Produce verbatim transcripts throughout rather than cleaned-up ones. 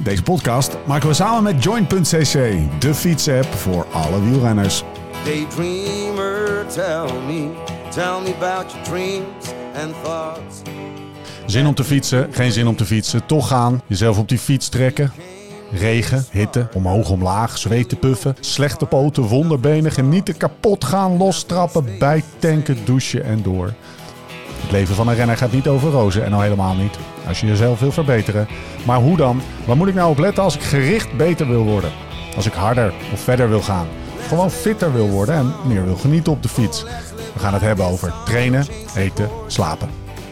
Deze podcast maken we samen met Join punt c c, de fietsapp voor alle wielrenners. Daydreamer, tell me, tell me about your dreams and thoughts. Zin om te fietsen, geen zin om te fietsen, toch gaan, jezelf op die fiets trekken. Regen, hitte, omhoog, omlaag, zweten, puffen, slechte poten, wonderbenen, genieten, kapot gaan, lostrappen, bijtanken, douchen en door. Het leven van een renner gaat niet over rozen en al helemaal niet als je jezelf wil verbeteren. Maar hoe dan? Waar moet ik nou op letten als ik gericht beter wil worden? Als ik harder of verder wil gaan? Gewoon fitter wil worden en meer wil genieten op de fiets. We gaan het hebben over trainen, eten, slapen.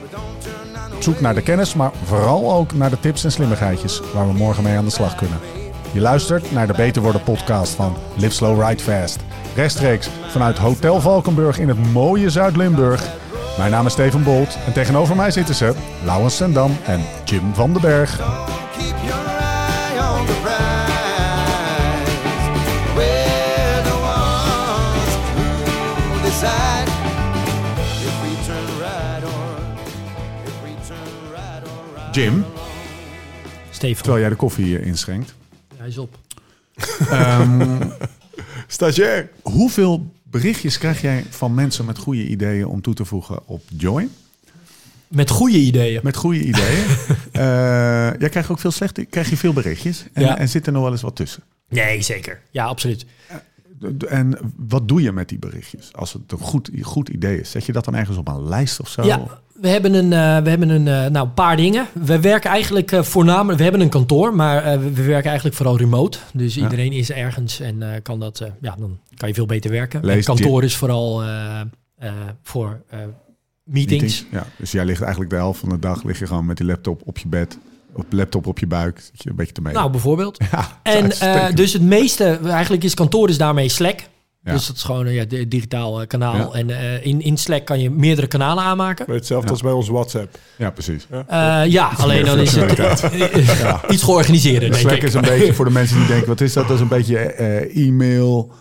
Zoek naar de kennis, maar vooral ook naar de tips en slimmigheidjes waar we morgen mee aan de slag kunnen. Je luistert naar de Beter Worden podcast van Live Slow Ride Fast. Rechtstreeks vanuit Hotel Valkenburg in het mooie Zuid-Limburg. Mijn naam is Steven Bolt en tegenover mij zitten ze Laurens Sendam en Jim van den Berg. Keep your eye on the prize. We're the ones who decide if we turn right or if we turn right or right. Jim, Steven. terwijl jij de koffie inschenkt. Hij is op. Um, Stagiair. hoeveel berichtjes krijg jij van mensen met goede ideeën om toe te voegen op Join? Met goede ideeën. Met goede ideeën. uh, jij krijgt ook veel slechte, krijg je veel berichtjes en, Ja. en zit er nog wel eens wat tussen. Nee, zeker. Ja, absoluut. En wat doe je met die berichtjes? Als het een goed, goed idee is, zet je dat dan ergens op een lijst of zo? Ja, we hebben een, uh, we hebben een uh, nou, paar dingen. We werken eigenlijk uh, voornamelijk... We hebben een kantoor, maar uh, we, we werken eigenlijk vooral remote. Dus Ja. iedereen is ergens en uh, kan dat... Uh, ja, dan kan je veel beter werken. Lees en kantoor Jim. is vooral uh, uh, voor uh, meetings. Meetings. Ja, dus jij ligt eigenlijk de helft van de dag lig je gewoon met die laptop op je bed, op laptop op je buik, zit je een beetje te mailen. Nou, bijvoorbeeld. ja, dat is En uh, uitstekend. dus het meeste... Eigenlijk is kantoor is daarmee Slack. Ja. Dus dat is gewoon een ja, di- digitaal uh, kanaal. Ja. En uh, in, in Slack kan je meerdere kanalen aanmaken. Hetzelfde Ja. als bij ons WhatsApp. Ja, precies. Uh, ja, alleen dan is het Ja. iets georganiseerder, denk Slack ik. is een beetje voor de mensen die denken, wat is dat? Dat is een beetje eh, e-mail.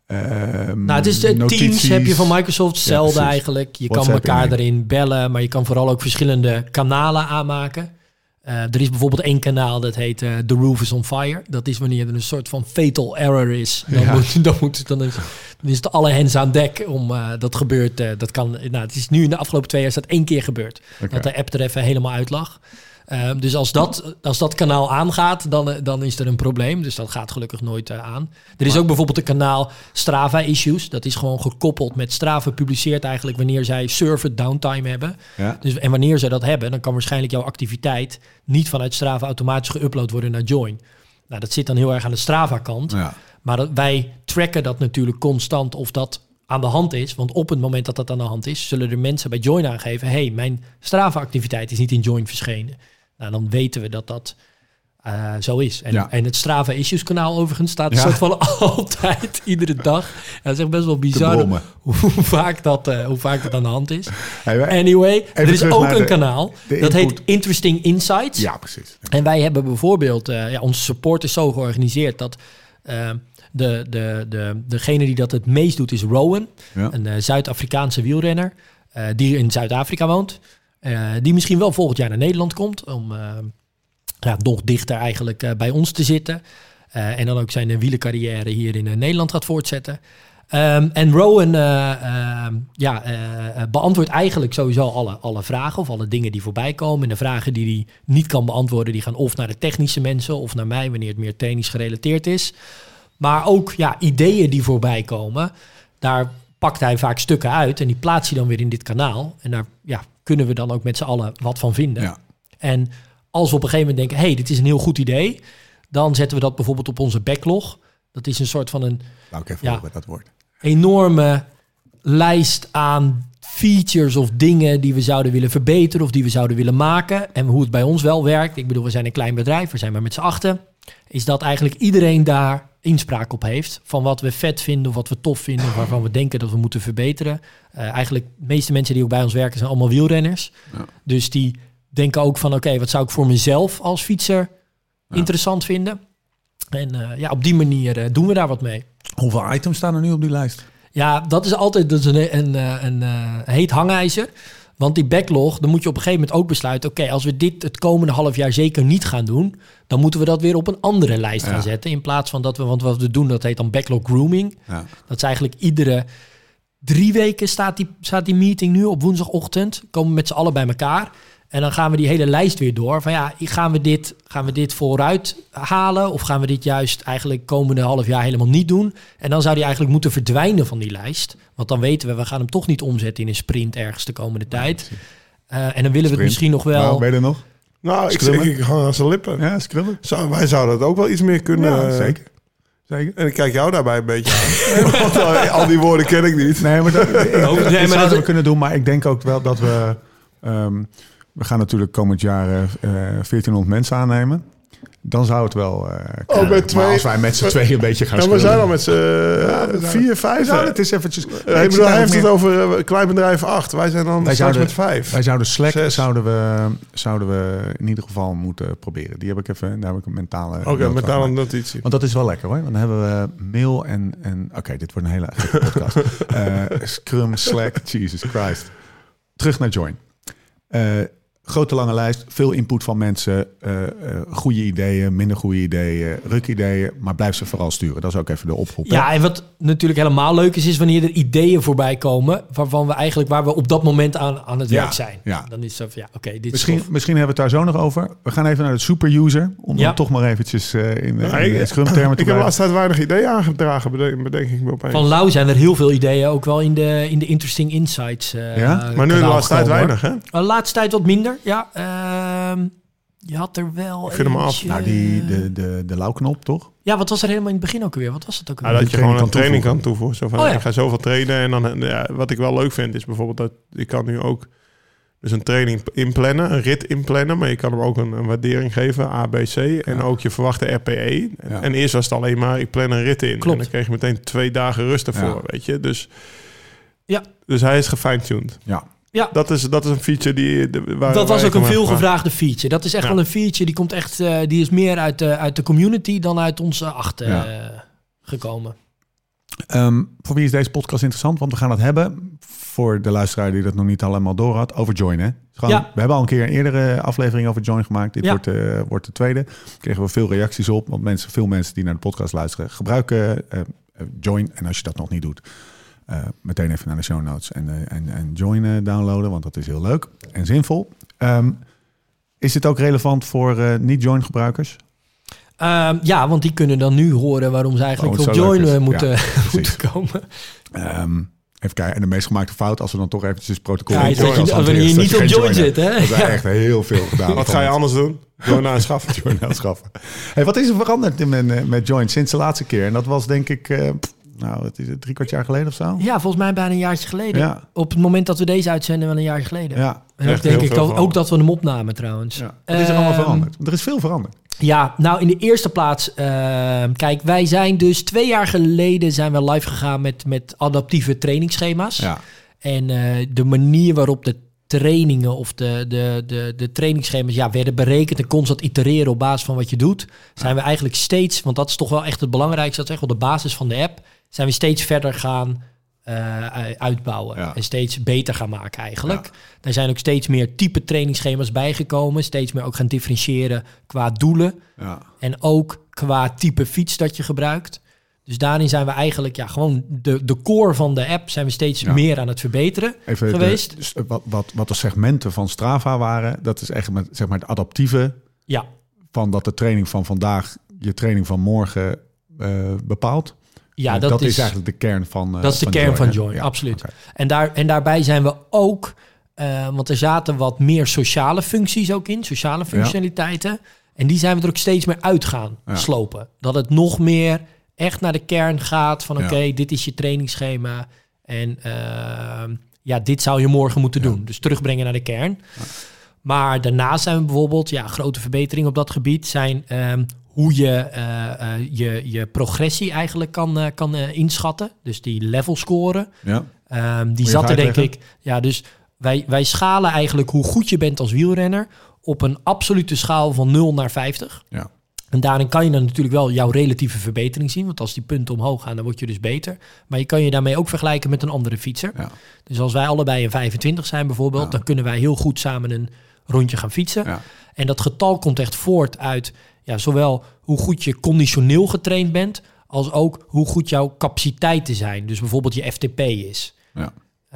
ehm, Nou, het is uh, notities. Teams heb je van Microsoft, hetzelfde precies. eigenlijk. Je WhatsApp kan elkaar en- erin bellen, maar je kan vooral ook verschillende kanalen aanmaken. Uh, er is bijvoorbeeld één kanaal dat heet uh, The Roof is on Fire. Dat is wanneer er een soort van fatal error is. Dan, Ja. moet, dan, moet, dan, is, dan is het alle hens aan dek om uh, dat gebeurt. Uh, dat kan, nou, het is nu in de afgelopen twee jaar is dat één keer gebeurd. Oké. Dat de app er even helemaal uit lag. Uh, dus als dat, als dat kanaal aangaat, dan, uh, dan is er een probleem. Dus dat gaat gelukkig nooit uh, aan. Er is ook bijvoorbeeld een kanaal Strava Issues. Dat is gewoon gekoppeld met Strava publiceert eigenlijk wanneer zij server downtime hebben. Ja. Dus, en wanneer ze dat hebben, dan kan waarschijnlijk jouw activiteit niet vanuit Strava automatisch geüpload worden naar Join. Nou, dat zit dan heel erg aan de Strava kant. Ja. Maar dat, wij tracken dat natuurlijk constant of dat aan de hand is. Want op het moment dat dat aan de hand is, zullen er mensen bij Join aangeven, hey, mijn Strava-activiteit is niet in Join verschenen. Nou, dan weten we dat dat uh, zo is. En, Ja. en het Strava Issues kanaal overigens staat Ja. een soort van altijd, iedere dag. Ja, dat is echt best wel bizar brommen. hoe, hoe, vaak dat, uh, hoe vaak dat aan de hand is. Hey, wij- Anyway, er is terug ook naar een de- kanaal. de Dat input. heet Interesting Insights. ja, precies. En wij hebben bijvoorbeeld, uh, ja, onze support is zo georganiseerd dat uh, de, de, de, degene die dat het meest doet is Rowan, Ja. een uh, Zuid-Afrikaanse wielrenner uh, die in Zuid-Afrika woont. Uh, die misschien wel volgend jaar naar Nederland komt om uh, ja, nog dichter eigenlijk uh, bij ons te zitten. Uh, en dan ook zijn uh, wielercarrière hier in uh, Nederland gaat voortzetten. Um, en Rowan uh, uh, ja, uh, beantwoordt eigenlijk sowieso alle, alle vragen of alle dingen die voorbij komen. En de vragen die hij niet kan beantwoorden, die gaan of naar de technische mensen of naar mij, wanneer het meer technisch gerelateerd is. Maar ook ja, ideeën die voorbij komen, daar pakt hij vaak stukken uit en die plaatst hij dan weer in dit kanaal. En daar ja, kunnen we dan ook met z'n allen wat van vinden. Ja. En als we op een gegeven moment denken, hey, dit is een heel goed idee, dan zetten we dat bijvoorbeeld op onze backlog. Dat is een soort van een Nou, ik even Ja. horen dat woord. enorme lijst aan features of dingen die we zouden willen verbeteren of die we zouden willen maken. En hoe het bij ons wel werkt, ik bedoel, we zijn een klein bedrijf, we zijn maar met z'n achten, is dat eigenlijk iedereen daar inspraak op heeft van wat we vet vinden of wat we tof vinden of waarvan we denken dat we moeten verbeteren. Uh, eigenlijk de meeste mensen die ook bij ons werken zijn allemaal wielrenners. Ja. Dus die denken ook van oké, okay, wat zou ik voor mezelf als fietser Ja. interessant vinden? En uh, ja, op die manier uh, doen we daar wat mee. Hoeveel items staan er nu op die lijst? Ja, dat is altijd dat is een, een, een, een heet hangijzer. Want die backlog, dan moet je op een gegeven moment ook besluiten... oké, als we dit het komende half jaar zeker niet gaan doen... dan moeten we dat weer op een andere lijst Ja. gaan zetten. In plaats van dat we... want wat we doen, dat heet dan backlog grooming. Ja. Dat is eigenlijk iedere drie weken staat die, staat die meeting nu op woensdagochtend. Komen we met z'n allen bij elkaar... En dan gaan we die hele lijst weer door. Van ja, gaan we dit, gaan we dit vooruit halen? Of gaan we dit juist eigenlijk komende half jaar helemaal niet doen? En dan zou die eigenlijk moeten verdwijnen van die lijst. Want dan weten we, we gaan hem toch niet omzetten in een sprint ergens de komende tijd. Uh, en dan willen we het Sprint. misschien nog wel... Nou, ben je er nog? Nou, ik Scrummen? zeg ik gewoon aan zijn lippen. Ja, scrubben. Zo, wij zouden het ook wel iets meer kunnen. Ja, eh, zeker. Zeker. En ik kijk jou daarbij een beetje aan. Want al, al die woorden ken ik niet. Nee, maar dat, ik, nee, dit maar zouden dat- we kunnen doen. Maar ik denk ook wel dat we... Um, we gaan natuurlijk komend jaar uh, viertienhonderd mensen aannemen. Dan zou het wel uh, kunnen. met Maar twee- als wij met z'n tweeën een beetje gaan Ja, we scrubben. zijn al met z'n Ja, we uh, zijn- vier, vijf. Nou, hè? het is eventjes... Eh, ik ik zit bedoel, hij eigenlijk heeft het meer- over uh, klein bedrijf acht. Wij zijn dan Wij straks zouden, met vijf. wij zouden Slack Zes. zouden we, zouden we in ieder geval moeten proberen. Die heb ik even, daar heb ik een mentale... Oké, noot met van daar een gemaakt. notitie. Want dat is wel lekker hoor. Want dan hebben we mail en... en Oké, dit wordt een hele gekke podcast. uh, Scrum, Slack, Jesus Christ. Terug naar Join. Uh, grote lange lijst, veel input van mensen. Uh, uh, goede ideeën, minder goede ideeën, rukideeën. Maar blijf ze vooral sturen. Dat is ook even de oproep. hè? Ja, en wat natuurlijk helemaal leuk is, is wanneer er ideeën voorbij komen... waarvan we eigenlijk, waar we op dat moment aan, aan het Ja, werk zijn. ja. Dan is het zo van, ja, oké, dit Misschien, is tof. misschien hebben we het daar zo nog over. We gaan even naar de superuser. Om Ja. dan toch maar eventjes uh, in, Ja, in, in ik- Scrum-termen te Ik heb de blijven. laatste tijd weinig ideeën aangedragen, bedenk, bedenk ik me opeens. Van Lau zijn er heel veel ideeën, ook wel in de, in de Interesting Insights uh, Ja? maar nu de kanaal laatste tijd gekomen, weinig, hè? hoor. De laatste tijd wat minder, ja. Ehm, je had er wel Ik vind hem af. eentje- Nou, die, de, de, de lauwknop, toch? Ja, wat was er helemaal in het begin ook alweer? Wat was het ook Ja, alweer? dat je training gewoon een kan training kan toevoegen. toevoegen. Zo van, Oh ja. ik ga zoveel trainen. En dan, ja, wat ik wel leuk vind, is bijvoorbeeld dat ik kan nu ook dus een training inplannen, een rit inplannen. Maar je kan hem ook een, een waardering geven, A, B, C. En Ja. ook je verwachte R P E. Ja. En eerst was het alleen maar, ik plan een rit in. Klopt. En dan kreeg je meteen twee dagen rust ervoor, Ja. weet je. Dus, Ja. dus hij is gefine-tuned. Ja. Ja. Dat is, dat is een feature die... de- Waar, Dat was waar ook ik een hem heb veelgevraagde feature. Dat is echt Ja. wel een feature, die komt echt, uh, die is meer uit de, uit de community dan uit onze achter Ja. uh, gekomen. Um, voor wie is deze podcast interessant? Want we gaan het hebben, voor de luisteraar die dat nog niet allemaal door had, over Join. Hè? Gewoon, Ja. We hebben al een keer een eerdere aflevering over Join gemaakt. Dit Ja. wordt, uh, wordt de tweede. Daar kregen we veel reacties op. Want mensen, veel mensen die naar de podcast luisteren, gebruiken uh, uh, Join. En als je dat nog niet doet, uh, meteen even naar de show notes en, uh, en, en Join uh, downloaden. Want dat is heel leuk en zinvol. Um, is dit ook relevant voor uh, niet-Join gebruikers? Um, ja, want die kunnen dan nu horen waarom ze eigenlijk Oh, op het zo Join leuk is. uh, moeten, Ja, moeten komen. Um, even kijken. En de meest gemaakte fout, als we dan toch eventjes protocol... Ja, van is dat Join je- als wanneer je hanteert, niet dat op geen Join hebt. zit, hè? Dat is Ja. echt heel veel gedaan. Wat ga je anders doen? Door naar een schaf. Join aanschaffen. Hey, wat is er veranderd in, met, met Join sinds de laatste keer? En dat was denk ik, uh, pff, nou, het is het drie kwart jaar geleden of zo? Ja, volgens mij bijna een jaartje geleden. Ja. Op het moment dat we deze uitzenden, wel een jaar geleden. Ja. En ook Echt denk heel ik veel ook, ook veranderd. dat we hem opnamen trouwens. Ja. Wat is er allemaal Ehm, veranderd? Er is veel veranderd. Ja, nou in de eerste plaats, uh, kijk, wij zijn dus twee jaar geleden zijn we live gegaan met, met adaptieve trainingsschema's. Ja. En uh, de manier waarop de trainingen of de, de, de, de trainingsschema's ja, werden berekend en constant itereren op basis van wat je doet, zijn we eigenlijk steeds, want dat is toch wel echt het belangrijkste, dat is echt wel de basis van de app, zijn we steeds verder gaan uh, uitbouwen Ja. en steeds beter gaan maken eigenlijk. Ja. Er zijn ook steeds meer type trainingsschema's bijgekomen, steeds meer ook gaan differentiëren qua doelen Ja. en ook qua type fiets dat je gebruikt. Dus daarin zijn we eigenlijk ja, gewoon de, de core van de app zijn we steeds Ja. meer aan het verbeteren Even geweest. De, dus wat, wat, wat de segmenten van Strava waren, dat is echt met, zeg maar het adaptieve Ja, van dat de training van vandaag je training van morgen uh, bepaalt. ja Uh, dat, dat is, is eigenlijk de kern van uh, dat is de van kern van hè? Join, Ja, absoluut. oké. En, daar, en daarbij zijn we ook, uh, want er zaten wat meer sociale functies ook in, sociale functionaliteiten. En die zijn we er ook steeds meer uit gaan Ja. slopen. Dat het nog meer echt naar de kern gaat van oké, Ja. dit is je trainingsschema. En uh, ja, dit zou je morgen moeten Ja. doen. Dus terugbrengen naar de kern. Maar daarnaast zijn we bijvoorbeeld, ja, grote verbeteringen op dat gebied zijn um, hoe je, uh, uh, je je progressie eigenlijk kan, uh, kan uh, inschatten. Dus die level scoren. Ja. Um, die je zat er even denk uitleggen? ik. Ja, dus wij, wij schalen eigenlijk hoe goed je bent als wielrenner op een absolute schaal van nul naar vijftig. Ja. En daarin kan je dan natuurlijk wel jouw relatieve verbetering zien. Want als die punten omhoog gaan, dan word je dus beter. Maar je kan je daarmee ook vergelijken met een andere fietser. Ja. Dus als wij allebei een vijfentwintig zijn bijvoorbeeld... Ja. dan kunnen wij heel goed samen een rondje gaan fietsen. Ja. En dat getal komt echt voort uit ja, zowel hoe goed je conditioneel getraind bent... als ook hoe goed jouw capaciteiten zijn. Dus bijvoorbeeld je F T P is. Ja.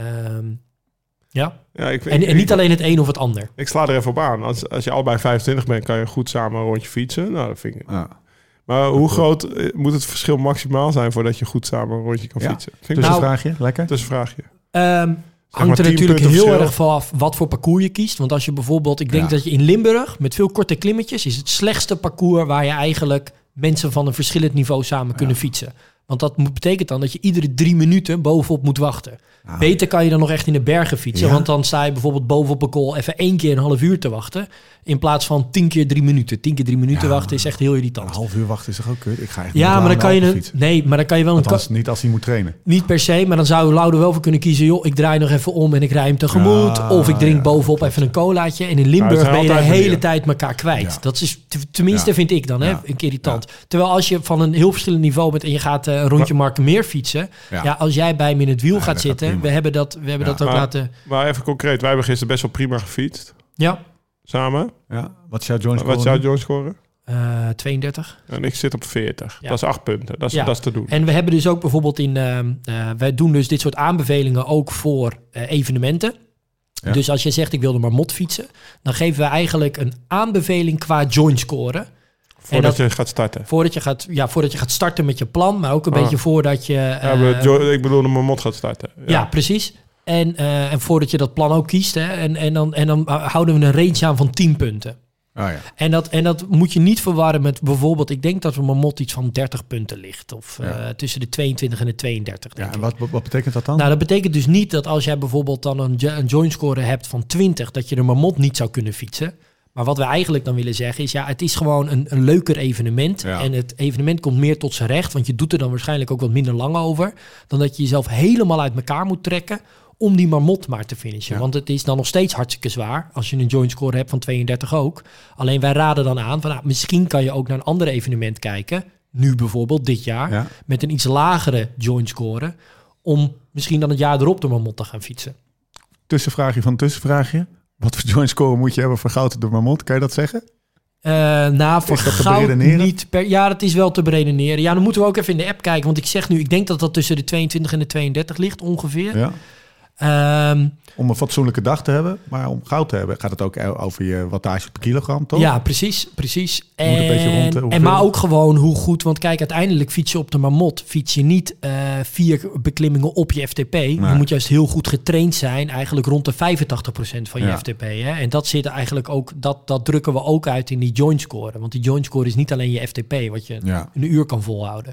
Um, ja. Ja, ik, En, ik- en niet ik- alleen het een of het ander. Ik sla er even op aan. Als, als je allebei vijfentwintig bent, kan je goed samen een rondje fietsen. Nou, dat vind ik. Ja. Maar hoe groot eh, moet het verschil maximaal zijn voordat je goed samen een rondje kan Ja. fietsen? Vind ik Dus Nou, een vraagje, lekker. dus een vraagje. Um, maar hangt er tien natuurlijk punten heel verschil. erg vanaf wat voor parcours je kiest. Want als je bijvoorbeeld, ik denk Ja. dat je in Limburg met veel korte klimmetjes... is het slechtste parcours waar je eigenlijk mensen van een verschillend niveau samen kunnen fietsen. Want dat moet- betekent dan dat je iedere drie minuten bovenop moet wachten. Ah. Beter kan je dan nog echt in de bergen fietsen. Ja. Want dan sta je bijvoorbeeld bovenop een col even één keer een half uur te wachten. In plaats van tien keer drie minuten. Tien keer drie minuten Ja, wachten is echt heel Een irritant. half uur wachten is toch ook kut? Ik ga echt Ja, niet maar dan kan je een een, fietsen. nee, maar dan kan je wel een Althans, ka- niet als hij moet trainen. niet per se, maar dan zou Loude wel voor kunnen kiezen... joh, ik draai nog even om en ik rij hem tegemoet. Ja, of ik drink ja, bovenop klopt. even een colaatje. En in het Limburg zijn ben je de altijd hele manieren. tijd elkaar kwijt. Ja. Dat is t- tenminste, Ja. vind ik dan, hè, Ja. een keer irritant. Terwijl als je van een heel verschillend niveau bent... en je gaat eh, een rondje Markenmeer fietsen... Ja. Ja. als jij bij me in het wiel Ja, gaat dat gaat zitten... prima. we hebben dat, we hebben Ja. dat ook Maar- laten... Maar even concreet, wij hebben gisteren best wel prima gefietst. Ja, Samen. Ja. Wat is jouw joint Wat zou John scoren? eh, tweeëndertig. En ik zit op veertig. Ja. Dat is acht punten. Dat is, Ja. dat is te doen. En we hebben dus ook bijvoorbeeld in... eh, eh, wij doen dus dit soort aanbevelingen ook voor eh, evenementen. Ja. Dus als je zegt ik wil de Marmot fietsen... dan geven we eigenlijk een aanbeveling qua joint scoren... Voordat dat- je gaat starten. Voordat je, gaat, ja, voordat je gaat starten met je plan, maar ook een Ah. beetje voordat je... Ja, eh, maar Jo- ik bedoel, de Marmot gaat starten. ja. precies. En, eh, en voordat je dat plan ook kiest. Hè, en, en, dan, en dan houden we een range aan van tien punten. Oh ja. En dat, en dat moet je niet verwarren met bijvoorbeeld... Ik denk dat we Marmot iets van dertig punten ligt. Of Ja. eh, tussen de tweeëntwintig en de tweeëndertig, denk Ja, ik. en wat, wat betekent dat dan? Nou, dat betekent dus niet dat als jij bijvoorbeeld dan een, jo- een joint score hebt van twintig... dat je de Marmot niet zou kunnen fietsen. Maar wat we eigenlijk dan willen zeggen is... ja, het is gewoon een, een leuker evenement. Ja. En het evenement komt meer tot zijn recht... want je doet er dan waarschijnlijk ook wat minder lang over... dan dat je jezelf helemaal uit elkaar moet trekken... om die Marmot maar te finishen. Ja. Want het is dan nog steeds hartstikke zwaar... als je een joint score hebt van tweeëndertig ook. Alleen wij raden dan aan... van nou, misschien kan je ook naar een ander evenement kijken... nu bijvoorbeeld dit jaar... Ja. met een iets lagere joint score... om misschien dan het jaar erop de Marmot te gaan fietsen. Tussenvraagje van tussenvraagje. Wat voor joint score moet je hebben voor goud door Marmot? Kan je dat zeggen? Uh, nou, voor Is dat te goud beredeneren? niet per... Ja, dat is wel te beredeneren. Ja, dan moeten we ook even in de app kijken. Want ik zeg nu, ik denk dat dat tussen de tweeëntwintig en de tweeëndertig ligt ongeveer. Ja. Ehm, Om een fatsoenlijke dag te hebben, maar om goud te hebben gaat het ook over je wattage per kilogram, toch? ja, precies, precies. moet een beetje rond, En, eh, hoeveel? en maar ook gewoon hoe goed... Want kijk, uiteindelijk fiets je op de Marmot... fiets je niet eh, vier beklimmingen op je F T P. Je moet juist heel goed getraind zijn. Eigenlijk rond de vijfentachtig procent van je Ja. F T P. Hè? En dat zit eigenlijk ook... Dat, dat drukken we ook uit in die joint score. Want die joint score is niet alleen je F T P... wat je Ja. een uur kan volhouden.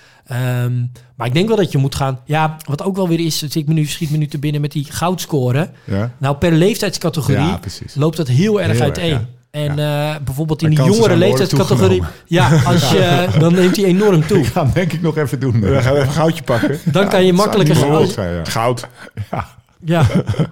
Ehm, maar ik denk wel dat je moet gaan... Ja, wat ook wel weer is... zit me nu, schiet me nu te binnen met die goudscore. Ja. Nou, per leeftijdscategorie Ja, precies. loopt dat heel erg Heel uiteen. erg, En eh, bijvoorbeeld in De die kansen jongere zijn behoorlijk leeftijdscategorie... Ja, als je, dan neemt hij enorm toe. Ik ga hem denk ik nog even doen. We gaan even een goudje pakken. Dan kan je Het zou makkelijker... niet als- zijn, ja. Goud. Ja,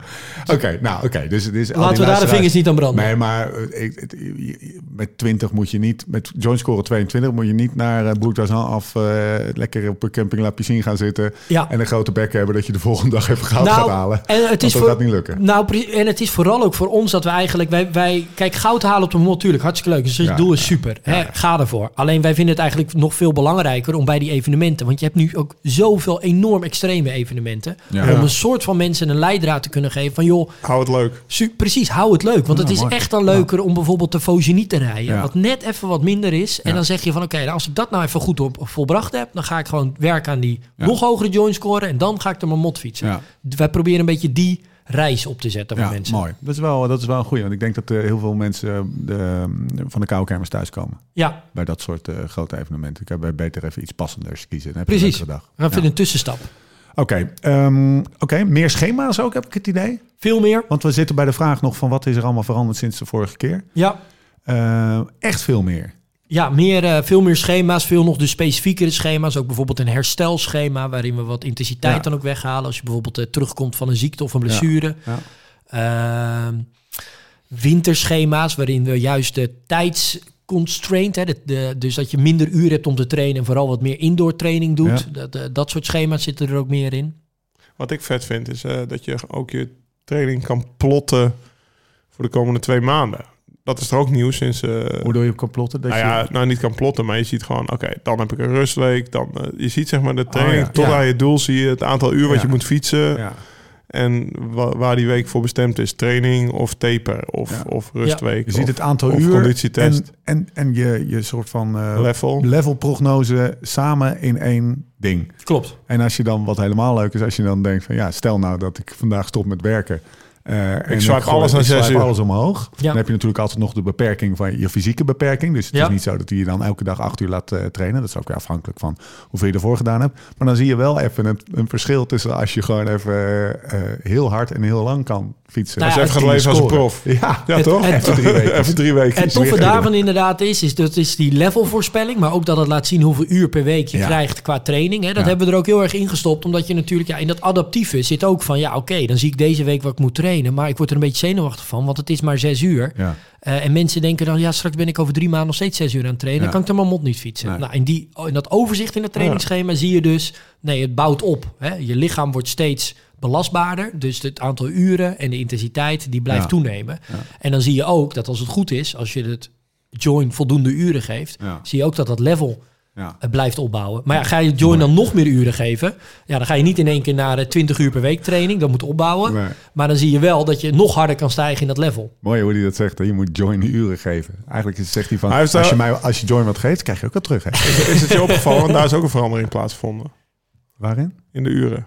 Oké, nou oké. Dus, dus al die laten we daar de luisteraars- vingers niet aan branden. Nee, maar eh, ik, het- je- met twintig moet je niet... Met joint score tweeëntwintig moet je niet naar uh, Bourg-d'Argent af... eh, lekker op een camping La Piscine gaan zitten... Ja. en een grote bek hebben dat je de volgende dag even goud Nou, gaat halen. en het Want is dat voor- gaat niet lukken. Nou, pre- en het is vooral ook voor ons dat we eigenlijk... Wij, wij, kijk, goud halen op de Marmot, natuurlijk, hartstikke leuk. Dus als je Ja, doel is ja. super. Hè, ga ervoor. Alleen wij vinden het eigenlijk nog veel belangrijker... om bij die evenementen... want je hebt nu ook zoveel enorm extreme evenementen... Ja. om Ja. een soort van mensen een leidraad te kunnen geven... van joh, Hou het leuk. su- precies, hou het leuk. Want Ja, het is mooi. echt dan leuker om bijvoorbeeld de Faucigny te rijden... Ja. wat net even wat minder is. En Ja. dan zeg je van oké, nou, als ik dat nou even goed op, volbracht heb... dan ga ik gewoon werken aan die Ja. nog hogere joint scoren... en dan ga ik de Marmot fietsen. Ja. Wij proberen een beetje die reis op te zetten voor Ja, mensen. mooi. Dat is wel, dat is wel een goeie. Want ik denk dat er heel veel mensen eh, de, van de koude kermis thuiskomen. Ja, Bij dat soort eh, grote evenementen. Ik heb bij beter even iets passenders kiezen. Dan heb je precies. een lekkere dag. We vinden Ja. een tussenstap. Oké, ehm, oké, meer schema's ook, heb ik het idee. Veel meer. Want we zitten bij de vraag nog van wat is er allemaal veranderd sinds de vorige keer. Ja, Eh, echt veel meer. ja meer, eh, veel meer schema's. Veel nog de specifiekere schema's. Ook bijvoorbeeld een herstelschema... waarin we wat intensiteit Ja. dan ook weghalen... als je bijvoorbeeld eh, terugkomt van een ziekte of een blessure. Ja. Ehm, winterschema's... waarin we juist de tijds... constraint. Hè, de, de, dus dat je minder uren hebt om te trainen en vooral wat meer indoor training doet. Ja. Dat, uh, dat soort schema's zitten er ook meer in. Wat ik vet vind is uh, dat je ook je training kan plotten voor de komende twee maanden. Dat is er ook nieuw sinds... Uh, Hoe doe je kan plotten? Dat nou ja, je... nou niet kan plotten, maar je ziet gewoon... Oké, okay, dan heb ik een rustweek. Dan, uh, je ziet zeg maar de training oh, ja. tot ja. aan je doel. Zie je het aantal uur wat ja. je moet fietsen. Ja. En wa- waar die week voor bestemd is. Training of taper of, Ja. of rustweek. Je ziet of, het aantal of uur conditietest. en, en, en je, je soort van uh, Level. levelprognose samen in één ding. Klopt. En als je dan, wat helemaal leuk is, als je dan denkt van ja, stel nou dat ik vandaag stop met werken. Uh, ik en swipe alles naar zes uur. alles omhoog. Ja. Dan heb je natuurlijk altijd nog de beperking van je fysieke beperking. Dus het Ja. is niet zo dat je je dan elke dag acht uur laat uh, trainen. Dat is ook weer afhankelijk van hoeveel je ervoor gedaan hebt. Maar dan zie je wel even een, een verschil tussen als je gewoon even uh, heel hard en heel lang kan fietsen. Nou Als ja, je even gaat leven als een prof. Ja, Ja, Het- toch? het- even drie weken. Even drie weken. En het toffe daarvan inderdaad is, is dat is die levelvoorspelling, maar ook dat het laat zien hoeveel uur per week je Ja. krijgt qua training. Hè. Dat Ja. hebben we er ook heel erg ingestopt, omdat je natuurlijk ja, in dat adaptieve zit ook van, ja oké, okay, dan zie ik deze week wat ik moet trainen, maar ik word er een beetje zenuwachtig van, want het is maar zes uur. Ja. Uh, en mensen denken dan, ja, straks ben ik over drie maanden nog steeds zes uur aan het trainen. Ja. Dan kan ik er mijn mond niet fietsen. Nee. Nou, in, die, in dat overzicht in het trainingsschema zie je dus, nee, het bouwt op. Hè. Je lichaam wordt steeds belastbaarder. Dus het aantal uren en de intensiteit, die blijft Ja. toenemen. Ja. En dan zie je ook dat als het goed is, als je het join voldoende uren geeft, Ja. zie je ook dat dat level Ja. uh, blijft opbouwen. Maar ja, ga je join dan nog meer uren geven, ja, dan ga je niet in één keer naar uh, twintig uur per week training. Dat moet opbouwen. Nee. Maar dan zie je wel dat je nog harder kan stijgen in dat level. Mooi hoe hij dat zegt. Hè? Je moet Join uren geven. Eigenlijk is- zegt hij van, Hij heeft als je, daar- mij, als je Join wat geeft, krijg je ook wat terug. Hè? Is het je opgevallen? Want daar is ook een verandering plaatsgevonden. Waarin? In de uren.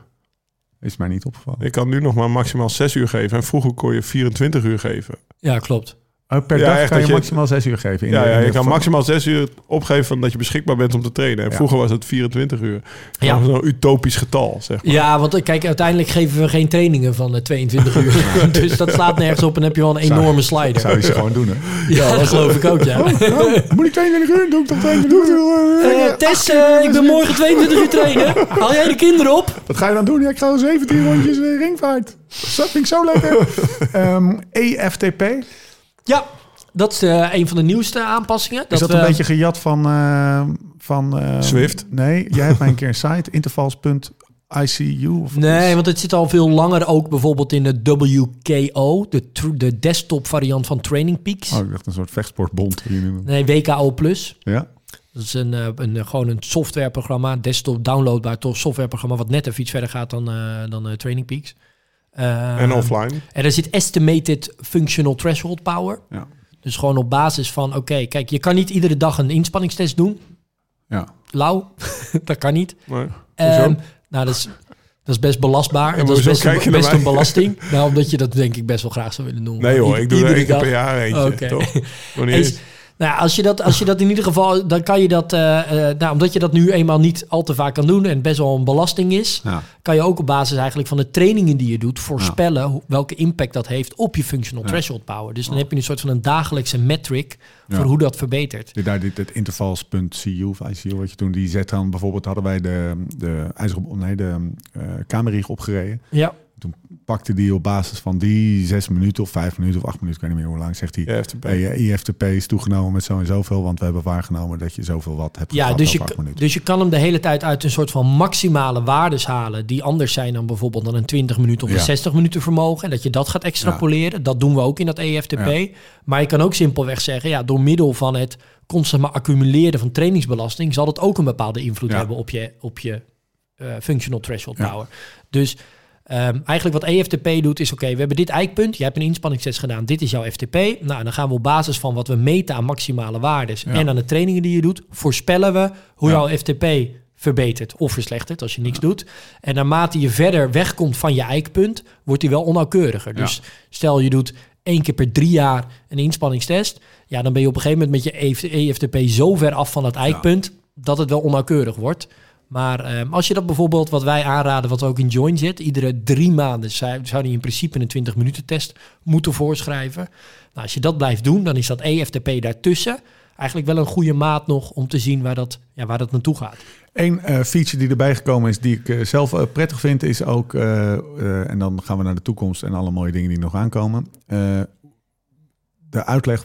Is mij niet opgevallen. Ik kan nu nog maar maximaal zes uur geven. En vroeger kon je vierentwintig uur geven. Ja, klopt. Oh, per Ja, dag echt kan je, dat je- maximaal zes uur geven. In Ja, de- ja, in de je kan van- maximaal zes uur opgeven van dat je beschikbaar bent om te trainen. En Ja. vroeger was het vierentwintig uur. Ja. Ja. Zo'n utopisch getal, zeg maar. Ja, want kijk, uiteindelijk geven we geen trainingen van uh, tweeëntwintig uur. Dus dat slaat nergens op en heb je wel een Zou- enorme slider. Zou je ze gewoon doen, hè? Ja, dat geloof ik ook, ja. Moet ik tweeëntwintig uur? Doe ik toch tweeëntwintig uur? Eh, Tess, eh, ik ben morgen tweeëntwintig uur trainen. Haal jij de kinderen op? Wat ga je dan doen? Ja, ik ga al zeventien rondjes uh, ringvaart. Dat vind ik zo lekker. um, E F T P. Ja, dat is uh, een van de nieuwste aanpassingen. Is dat we- een beetje gejat van... Uh, van uh, Zwift? Nee, jij hebt mij een keer een site. intervals punt I C U. Of Nee, want het zit al veel langer ook bijvoorbeeld in de W K O, de, tr- de desktop variant van Training Peaks. Oh, ik dacht een soort vechtsportbond. Hier nu. Nee, W K O plus. Ja? Dat is een, uh, een, uh, gewoon een softwareprogramma, desktop downloadbaar toch softwareprogramma wat net even iets verder gaat dan, uh, dan uh, Training Peaks. Uh, En offline. En er zit estimated functional threshold power. Ja. Dus gewoon op basis van, oké, okay, kijk, je kan niet iedere dag een inspanningstest doen. Ja. Lauw, dat kan niet. Maar, hoezo? Um, nou, dat is, dat is best belastbaar. En En dat is hoezo best, kijk je een, naar best mij? een belasting. Nou, omdat je dat denk ik best wel graag zou willen doen. nee hoor, I- ik doe er iedere één keer dag. per jaar eentje. Oké. Toch? Nog niet Eens- eens. Nou, ja, als je dat, als je dat in ieder geval, dan kan je dat, uh, uh, nou, omdat je dat nu eenmaal niet al te vaak kan doen en best wel een belasting is, Ja. kan je ook op basis eigenlijk van de trainingen die je doet voorspellen hoe- welke impact dat heeft op je functional Ja. threshold power. Dus dan heb je een soort van een dagelijkse metric Ja. voor hoe dat verbetert. Dit, daar, dit, het intervals punt C U of I C U, wat je toen, die zet dan bijvoorbeeld, hadden wij de, de, ijzer op, nee, de uh, kamerrieg opgereden. Ja, Toen pakte die op basis van die zes minuten of vijf minuten of acht minuten, ik weet niet meer hoe lang, zegt hij, Ja, F T P. hey, je I F T P is toegenomen met zo en zoveel, want we hebben waargenomen dat je zoveel wat hebt ja gehad dus, je, over acht minuten. dus je kan hem de hele tijd uit een soort van maximale waardes halen die anders zijn dan bijvoorbeeld dan een twintig minuten of Ja. een zestig minuten vermogen. En dat je dat gaat extrapoleren. Dat doen we ook in dat E F T P. Ja. Maar je kan ook simpelweg zeggen, ja, door middel van het constant maar accumuleren van trainingsbelasting zal het ook een bepaalde invloed Ja. hebben op je, op je uh, functional threshold Ja. power. Dus Um, eigenlijk wat E F T P doet is, oké, okay, we hebben dit eikpunt. Je hebt een inspanningstest gedaan. Dit is jouw F T P. Nou, dan gaan we op basis van wat we meten aan maximale waardes Ja. en aan de trainingen die je doet, voorspellen we hoe Ja. jouw F T P verbetert of verslechtert als je niks ja. doet. En naarmate je verder wegkomt van je eikpunt, wordt die wel onnauwkeuriger. Ja. Dus stel je doet één keer per drie jaar een inspanningstest. Ja, dan ben je op een gegeven moment met je E F T P zo ver af van het eikpunt ja. dat het wel onnauwkeurig wordt. Maar um, als je dat bijvoorbeeld, wat wij aanraden, wat ook in Join zit, iedere drie maanden zou, zou die in principe een twintig minuten test moeten voorschrijven. Nou, als je dat blijft doen, dan is dat E F T P daartussen eigenlijk wel een goede maat nog om te zien waar dat, ja, waar dat naartoe gaat. Eén uh, feature die erbij gekomen is, die ik uh, zelf uh, prettig vind, is ook, uh, uh, en dan gaan we naar de toekomst en alle mooie dingen die nog aankomen, uh, de uitleg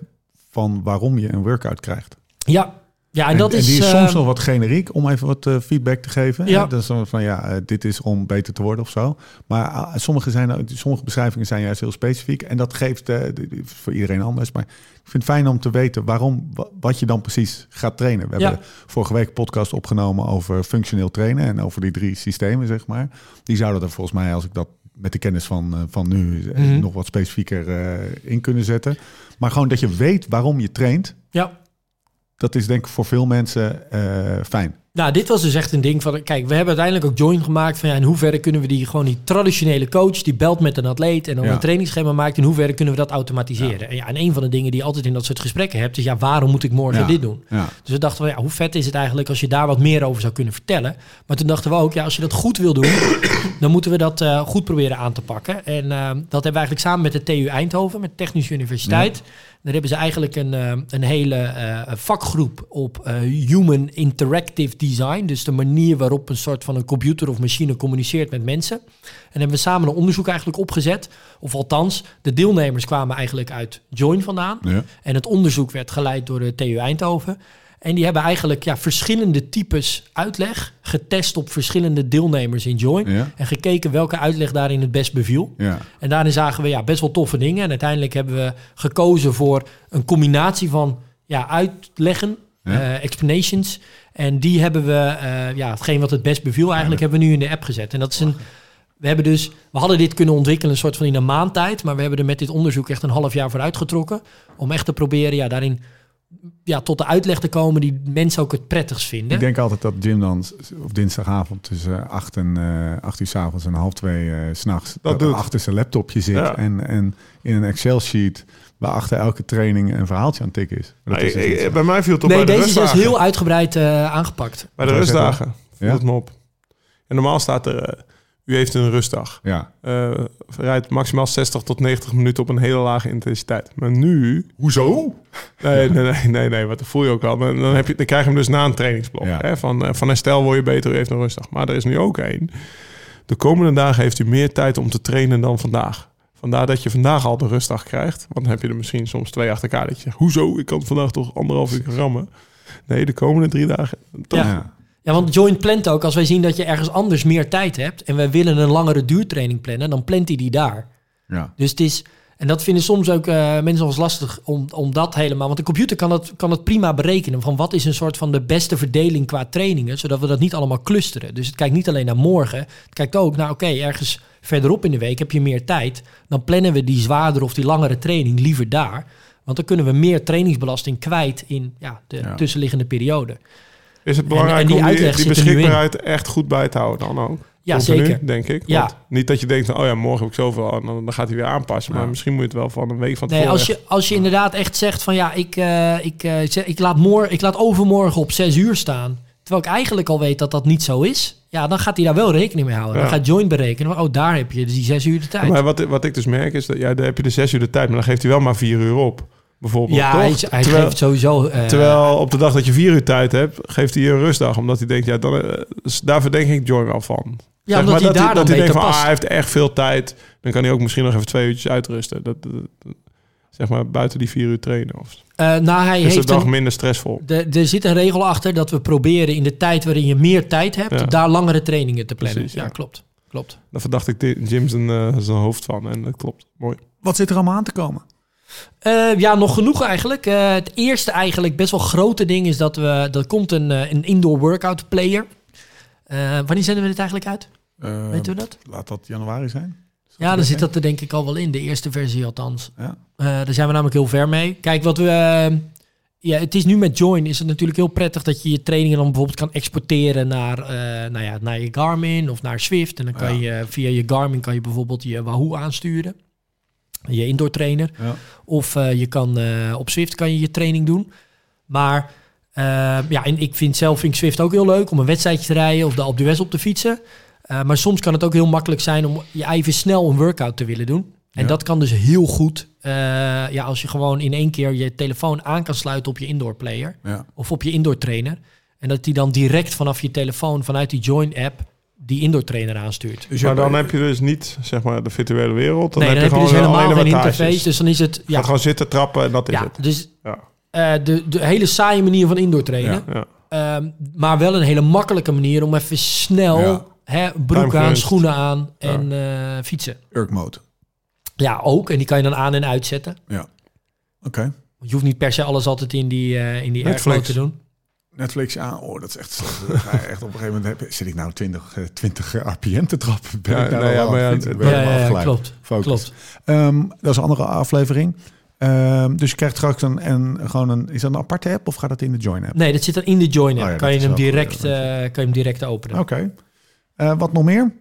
van waarom je een workout krijgt. Ja, ja en, En, dat en is... die is uh, soms nog wat generiek, om even wat uh, feedback te geven. Ja. Dat is dan van, ja, uh, dit is om beter te worden of zo. Maar uh, sommige, zijn, sommige beschrijvingen zijn juist heel specifiek. En dat geeft uh, voor iedereen anders. Maar ik vind het fijn om te weten waarom, wat je dan precies gaat trainen. We Ja. hebben vorige week een podcast opgenomen over functioneel trainen. En over die drie systemen, zeg maar. Die zouden er volgens mij, als ik dat met de kennis van, uh, van nu... Mm-hmm. nog wat specifieker uh, in kunnen zetten. Maar gewoon dat je weet waarom je traint... ja. Dat is denk ik voor veel mensen uh, fijn. Nou, dit was dus echt een ding van... Kijk, we hebben uiteindelijk ook Join gemaakt van... ja, in hoeverre kunnen we die gewoon die traditionele coach... die belt met een atleet en dan Ja. een trainingsschema maakt... in hoeverre kunnen we dat automatiseren? Ja. En, ja, en een van de dingen die je altijd in dat soort gesprekken hebt... is ja, waarom moet ik morgen Ja. dit doen? Ja. Dus we dachten van, ja, hoe vet is het eigenlijk... als je daar wat meer over zou kunnen vertellen? Maar toen dachten we ook, ja, als je dat goed wil doen... dan moeten we dat uh, goed proberen aan te pakken. En uh, dat hebben we eigenlijk samen met de T U Eindhoven... met de Technische Universiteit... Ja. Daar hebben ze eigenlijk een, uh, een hele uh, vakgroep op uh, Human Interactive Design. Dus de manier waarop een soort van een computer of machine communiceert met mensen. En hebben we samen een onderzoek eigenlijk opgezet. Of althans, de deelnemers kwamen eigenlijk uit Join vandaan. Ja. En het onderzoek werd geleid door de T U Eindhoven. En die hebben eigenlijk ja, verschillende types uitleg getest op verschillende deelnemers in Join. Ja. En gekeken welke uitleg daarin het best beviel. Ja. En daarin zagen we ja, best wel toffe dingen. En uiteindelijk hebben we gekozen voor een combinatie van ja, uitleggen, Ja. uh, explanations. En die hebben we, uh, ja, hetgeen wat het best beviel, eigenlijk Ja. hebben we nu in de app gezet. En dat is een... We hebben dus, we hadden dit kunnen ontwikkelen een soort van in een maand tijd. Maar we hebben er met dit onderzoek echt een half jaar voor uitgetrokken. Om echt te proberen ja, daarin ja, tot de uitleg te komen die mensen ook het prettigst vinden. Ik denk altijd dat Jim dan op dinsdagavond tussen acht en uh, acht uur 's avonds en half twee uh, 's nachts Dat doet. achter zijn laptopje zit Ja. en, en in een Excel sheet waar achter elke training een verhaaltje aan het tikken is. Maar dat Nee, is dus niet ik- zo. bij mij viel het op Nee, bij de deze is dus rustdagen. heel uitgebreid uh, aangepakt. Bij de Wat was rustdagen viel Ja? het me op. En normaal staat er... uh, u heeft een rustdag. Ja. Uh, rijdt maximaal zestig tot negentig minuten op een hele lage intensiteit. Maar nu... Hoezo? Nee, nee, nee, nee, nee, wat dat voel je ook al. Maar dan, heb je, dan krijg je hem dus na een trainingsblok. Ja. Hè? Van, uh, van herstel word je beter, u heeft een rustdag. Maar er is nu ook één. De komende dagen heeft u meer tijd om te trainen dan vandaag. Vandaar dat je vandaag al de rustdag krijgt. Want dan heb je er misschien soms twee achter elkaar. Dat je zegt, hoezo? Ik kan vandaag toch anderhalf uur rammen. Nee, de komende drie dagen... Toch? Ja. Ja. Ja, want Join plant ook, als wij zien dat je ergens anders meer tijd hebt... en wij willen een langere duurtraining plannen, dan plant hij die daar. Ja. Dus het is... En dat vinden soms ook uh, mensen ons lastig om, om dat helemaal... Want de computer kan het, kan het prima berekenen... van wat is een soort van de beste verdeling qua trainingen... zodat we dat niet allemaal clusteren. Dus het kijkt niet alleen naar morgen. Het kijkt ook naar, oké, okay, ergens verderop in de week heb je meer tijd... dan plannen we die zwaardere of die langere training liever daar. Want dan kunnen we meer trainingsbelasting kwijt... in ja, de Ja. tussenliggende periode. Is het En- belangrijk en die om die, uitleg die zit er nu in. beschikbaarheid echt goed bij te houden dan ook? Ja, Continu, zeker. denk ik. Ja. Want niet dat je denkt, van, oh ja, morgen heb ik zoveel, en dan, dan gaat hij weer aanpassen. Ja. Maar misschien moet je het wel van een week van Nee, tevoren... als je, als je inderdaad echt zegt van ja, ik, uh, ik, uh, ik, zeg, ik, laat morgen, ik laat overmorgen op zes uur staan. Terwijl ik eigenlijk al weet dat dat niet zo is. Ja, dan gaat hij daar wel rekening mee houden. Ja. Dan gaat Join berekenen. Oh, daar heb je dus die zes uur de tijd. Maar wat, wat ik dus merk is, dat ja, daar heb je de zes uur de tijd, maar dan geeft hij wel maar vier uur op. Bijvoorbeeld, ja, toch? hij, hij terwijl, geeft sowieso... Uh, terwijl op de dag dat je vier uur tijd hebt, geeft hij je een rustdag. Omdat hij denkt, ja, dan, uh, dus daar verdenk ik Join wel van. ja, Zeg omdat maar hij dat daar hij, dan dat hij beter denkt van, ah, past. hij heeft echt veel tijd. Dan kan hij ook misschien nog even twee uurtjes uitrusten. Dat, dat, dat- zeg maar buiten die vier uur trainen. Of Uh, nou, hij is de heeft dag een, minder stressvol. de, er zit een regel achter dat we proberen in de tijd waarin je meer tijd hebt, Ja. daar langere trainingen te plannen. Precies, ja. ja. klopt. klopt. Daar verdacht ik de- Jim zijn, uh, zijn hoofd van. En dat klopt. Mooi. Wat zit er allemaal aan te komen? Uh, ja, nog genoeg eigenlijk. Uh, het eerste eigenlijk best wel grote ding is dat we... Er komt een, uh, een indoor workout player. Uh, wanneer zenden we dit eigenlijk uit? Uh, Weten we dat? Laat dat januari zijn? Is dat Ja, dan oké? zit dat er denk ik al wel in. De eerste versie althans. Ja. Uh, daar zijn we namelijk heel ver mee. Kijk, wat we... Uh, ja, het is nu met Join is het natuurlijk heel prettig dat je je trainingen dan bijvoorbeeld kan exporteren naar, uh, nou ja, naar je Garmin of naar Swift. En dan kan Ja. je via je Garmin kan je bijvoorbeeld je Wahoo aansturen. Je indoor trainer. Ja. Of uh, je kan uh, op Swift kan je je training doen. Maar uh, ja, en ik vind zelf vind ik Swift ook heel leuk om een wedstrijdje te rijden of de Alpe d'Huez op te fietsen. Uh, maar soms kan het ook heel makkelijk zijn om je even snel een workout te willen doen. En Ja. dat kan dus heel goed uh, ja, als je gewoon in één keer je telefoon aan kan sluiten op je indoor player Ja. of op je indoor trainer. En dat die dan direct vanaf je telefoon, vanuit die Join app, die indoor trainer aanstuurt. Dus maar ja, dan heb je dus niet zeg maar de virtuele wereld. Dan nee, heb dan je heb je dus gewoon helemaal alleen geen de wattages. interface. Dus dan is het... Je Ja, gaat gewoon zitten, trappen en dat is ja het. dus Ja. uh, de, de hele saaie manier van indoor trainen. Ja. Um, maar wel een hele makkelijke manier om even snel Ja. hè, broek aan, Timeverse. schoenen aan en uh, fietsen. Urk mode. Ja, ook. En die kan je dan aan- en uitzetten. Ja. Oké. Okay. Want je hoeft niet per se alles altijd in die, uh, in die Netflix. airflow te doen. Netflix aan. Oh, dat is echt... Dan ga je echt op een gegeven moment... Heb, zit ik nou twintig, uh, twintig R P M te trappen? Ben Ja, ik nou nee, al ja, aan maar het ja, fietsen? het- Ben ik Ja, helemaal ja, ja, afgeleid. klopt. Focus. klopt. Um, dat is een andere aflevering. Um, dus je krijgt straks een, een, gewoon een... Is dat een aparte app of gaat dat in de Join app? Nee, dat zit dan in de Join app. Oh ja, kan, dat je is hem wel direct, goed, ja, uh, kan je hem direct openen. Oké. Okay. Uh, wat nog meer?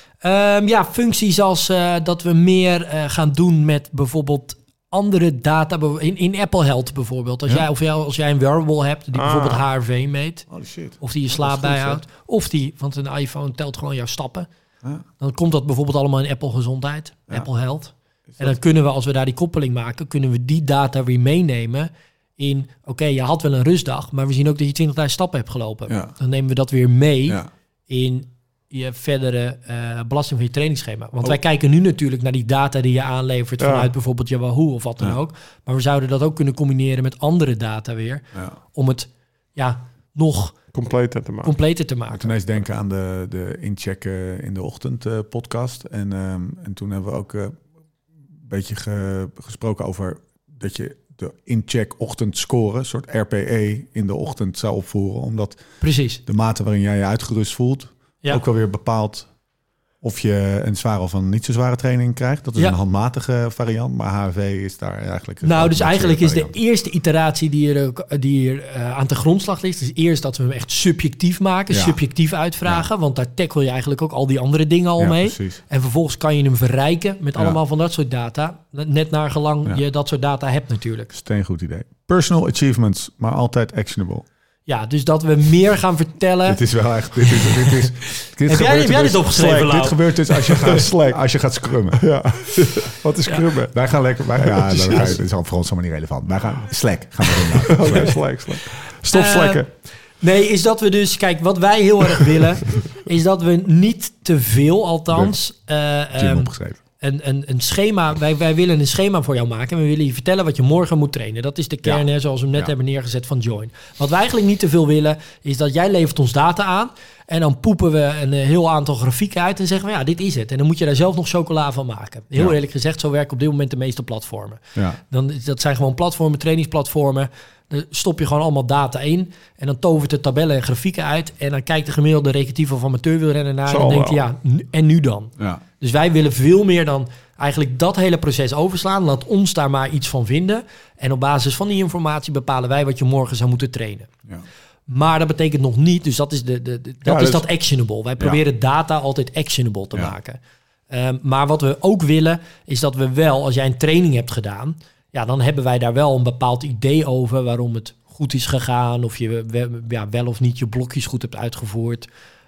Um, ja, functies als uh, dat we meer uh, gaan doen met bijvoorbeeld andere data. In, in Apple Health bijvoorbeeld. Als, Ja. jij, of jij, als jij een wearable hebt die Ah. bijvoorbeeld H R V meet. Holy shit. Of die je Dat slaap is goed, bijhoudt. Of die, want een iPhone telt gewoon jouw stappen. Ja. Dan komt dat bijvoorbeeld allemaal in Apple Gezondheid. Ja. Apple Health. En dan kunnen we, als we daar die koppeling maken, kunnen we die data weer meenemen in, oké, okay, je had wel een rustdag, maar we zien ook dat je twintigduizend stappen hebt gelopen. Ja. Dan nemen we dat weer mee Ja. in je verdere uh, belasting van je trainingsschema. Want Oh. wij kijken nu natuurlijk naar die data die je aanlevert Ja. vanuit bijvoorbeeld je Wahoo of wat dan Ja. ook. Maar we zouden dat ook kunnen combineren met andere data weer, Ja. om het ja, nog Compleet te maken. completer te Ik maken. moet ineens denken aan de, de incheck uh, in de ochtend uh, podcast. En, um, en toen hebben we ook uh, een beetje ge, gesproken over dat je de incheck ochtend score, een soort R P E in de ochtend zou opvoeren. Omdat Precies. de mate waarin jij je uitgerust voelt, Ja. ook wel weer bepaalt of je een zware of een niet zo zware training krijgt. Dat is Ja. een handmatige variant, maar H R V is daar eigenlijk... een Nou, dus geautomatiseerde eigenlijk is de variant. eerste iteratie die er, ook- die er uh, aan de grondslag ligt, is eerst dat we hem echt subjectief maken, Ja. subjectief uitvragen, want daar tackle je eigenlijk ook al die andere dingen al Ja, mee. precies. En vervolgens kan je hem verrijken met Ja. allemaal van dat soort data, net naar gelang Ja. je dat soort data hebt natuurlijk. Steengoed idee. Personal achievements, maar altijd actionable. Ja, dus dat we meer gaan vertellen. Dit is wel echt... Dit is, dit is, dit Heb jij- gebeurt heb jij dus- dit opgeschreven, Slack, Lau? Dit gebeurt dus als je gaat, Slack, als je gaat scrummen. Ja. Wat is krummen? Wij gaan lekker... Wij, ja, dat, dat is voor ons helemaal niet relevant. Wij gaan... Slack gaan we doen. Oké, Slack, Slack. Stop Eh, slacken. Nee, is dat we dus... Kijk, wat wij heel erg willen, is dat we niet te veel, althans... eh, Jim ehm, opgeschreven. Een, een, een schema, wij, wij willen een schema voor jou maken. En we willen je vertellen wat je morgen moet trainen. Dat is de kern, Ja. hè, zoals we hem net Ja. hebben neergezet van Join. Wat wij eigenlijk niet te veel willen, is dat jij levert ons data aan. En dan poepen we een uh, heel aantal grafieken uit en zeggen we, ja, dit is het. En dan moet je daar zelf nog chocola van maken. Heel Ja. eerlijk gezegd, zo werken op dit moment de meeste platformen. Ja. Dan, dat zijn gewoon platformen, trainingsplatformen. Dan stop je gewoon allemaal data in. En dan tovert de tabellen en grafieken uit. En dan kijkt de gemiddelde recreatieve of amateurwielrenner naar. En Zal dan denkt hij, wel. ja, nu- en nu dan? Ja. Dus wij willen veel meer dan eigenlijk dat hele proces overslaan. Laat ons daar maar iets van vinden. En op basis van die informatie bepalen wij wat je morgen zou moeten trainen. Ja. Maar dat betekent nog niet, dus dat is, de, de, de- dat, Ja, is dus- dat actionable. Wij proberen data altijd actionable te Ja. maken. Um, maar wat we ook willen, is dat we wel, als jij een training hebt gedaan, ja, dan hebben wij daar wel een bepaald idee over waarom het goed is gegaan. Of je we- ja, wel of niet je blokjes goed hebt uitgevoerd.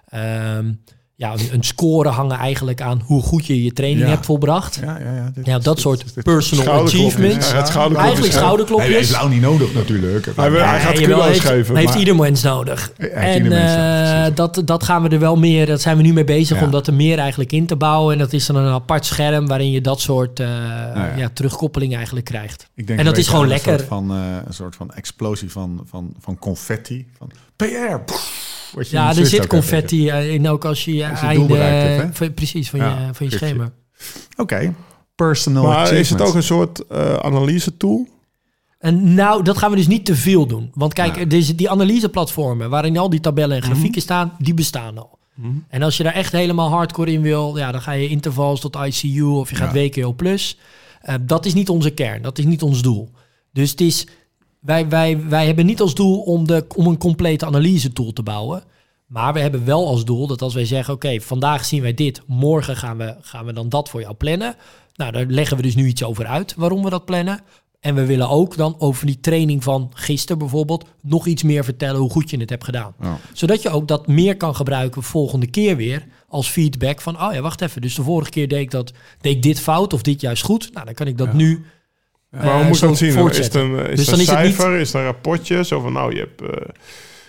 Um, ja, een, een score hangen eigenlijk aan hoe goed je je training Ja. hebt volbracht. Ja, ja, ja, dit- Ja, dat dit- soort dit- dit- personal Schouderklopjes. achievements. Ja, het schouderklopjes. Eigenlijk Hij schouderklopjes. heeft Lau niet nodig natuurlijk. Hij wil- hij gaat jawel, kudo's heeft, geven, heeft maar- ieder mens nodig. Hij heeft En ieder mens nodig, eh, precies. dat, dat gaan we er wel meer, dat zijn we nu mee bezig Ja. om dat er meer eigenlijk in te bouwen. En dat is dan een apart scherm waarin je dat soort uh, ja. ja. Ja, terugkoppeling eigenlijk krijgt. Ik denk En dat een is gewoon beetje aan lekker. Een soort van, uh, een soort van explosie van, van, van confetti. Van P R. Pff, wat je in Ja, de er Swiss zit ook hebt liggen. confetti uh, in ook als je je Als je het doel bereikt hebt, einde... hè? van- precies, van Ja, je, van je gripje. schema. Oké, okay. Personal Maar is het achievements. ook een soort uh, analyse tool? En nou, dat gaan we dus niet te veel doen. Want kijk, Ja. deze, die analyseplatformen waarin al die tabellen en grafieken Mhm. staan, die bestaan al. En als je daar echt helemaal hardcore in wil, ja, dan ga je intervals tot I C U of je gaat Ja. W K O plus. Uh, dat is niet onze kern, dat is niet ons doel. Dus het is, wij, wij, wij hebben niet als doel om, de, om een complete analyse tool te bouwen. Maar we hebben wel als doel dat als wij zeggen, oké, okay, vandaag zien wij dit, morgen gaan we, gaan we dan dat voor jou plannen. Nou, daar leggen we dus nu iets over uit waarom we dat plannen. En we willen ook dan over die training van gisteren bijvoorbeeld nog iets meer vertellen hoe goed je het hebt gedaan. Oh. Zodat je ook dat meer kan gebruiken volgende keer weer als feedback van, oh ja, wacht even. Dus de vorige keer deed ik dat, deed ik dit fout of dit juist goed. Nou, dan kan ik dat Ja. nu Maar hoe moet je zo dat zien? Is het voortzetten. een, is Dus het dan een is het niet- cijfer? Is het een rapportje? Zo van, nou, je hebt, uh,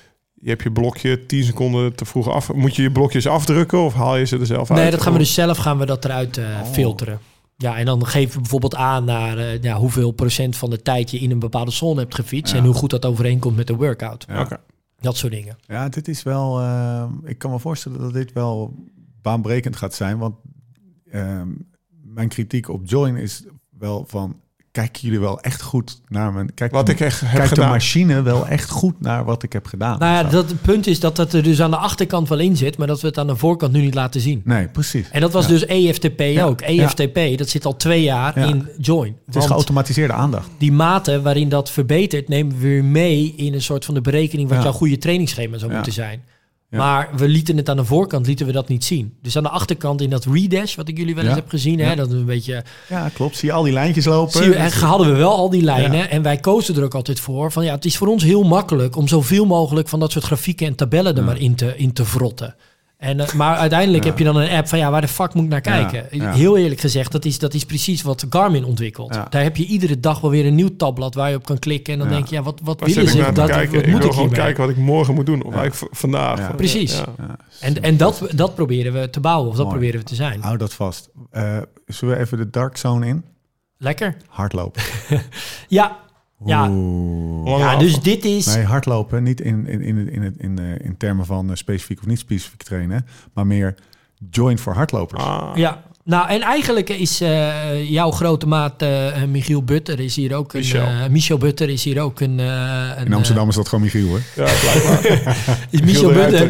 je hebt je blokje tien seconden te vroeg af. Moet je je blokjes afdrukken of haal je ze er zelf uit? Nee, dat gaan we dus zelf gaan we dat eruit uh, oh. filteren. Ja, en dan geven we bijvoorbeeld aan naar uh, ja, hoeveel procent van de tijd je in een bepaalde zone hebt gefietst. Ja. En hoe goed dat overeenkomt met de workout. Ja. Okay. Dat soort dingen. Ja, dit is wel... Uh, ik kan me voorstellen dat dit wel baanbrekend gaat zijn. Want uh, mijn kritiek op Join is wel van... Kijken jullie wel echt goed naar mijn... Kijk, wat ik echt heb kijkt gedaan. de machine wel echt goed naar wat ik heb gedaan? Nou ja, dat, het punt is dat het er dus aan de achterkant wel in zit... maar dat we het aan de voorkant nu niet laten zien. Nee, precies. En dat was ja. dus E F T P ja. ook. E F T P, ja. dat zit al twee jaar ja. in Join. Het is geautomatiseerde aandacht. Die mate waarin dat verbetert... nemen we weer mee in een soort van de berekening... wat ja. jouw goede trainingsschema zou ja. moeten zijn. Ja. Maar we lieten het aan de voorkant, lieten we dat niet zien. Dus aan de achterkant in dat redash, wat ik jullie wel eens ja. heb gezien, ja. hè, dat is een beetje... Ja, klopt. Zie je al die lijntjes lopen? Zie je, en hadden we wel al die lijnen. Ja. En wij kozen er ook altijd voor van ja, het is voor ons heel makkelijk om zoveel mogelijk van dat soort grafieken en tabellen er ja. maar in te, in te vrotten. En, uh, maar uiteindelijk ja. heb je dan een app van ja, waar de fuck moet ik naar kijken? Ja. Ja. Heel eerlijk gezegd, dat is, dat is precies wat Garmin ontwikkelt. Ja. Daar heb je iedere dag wel weer een nieuw tabblad waar je op kan klikken. En dan ja. denk je, ja, wat, wat willen ze? Dat, wat moet ik wil ik gewoon kijken wat ik morgen moet doen. Of ja. eigenlijk v- vandaag. Ja. Precies. Ja. Ja. En, en dat, dat proberen we te bouwen. Of dat Mooi. proberen we te zijn. Hou dat vast. Uh, zullen we even de dark zone in? Lekker. Hardlopen. ja. Ja. ja, dus dit is... Nee, hardlopen, niet in, in, in, in, in, in, in termen van uh, specifiek of niet specifiek trainen, maar meer join voor hardlopers. Ah. Ja, nou en eigenlijk is uh, jouw grote maat uh, Michiel Butter is hier ook een... Michel. Uh, Michel Butter is hier ook een... Uh, een in Amsterdam uh, is dat gewoon Michiel, hoor. Ja, blijkbaar. is Michel Butter.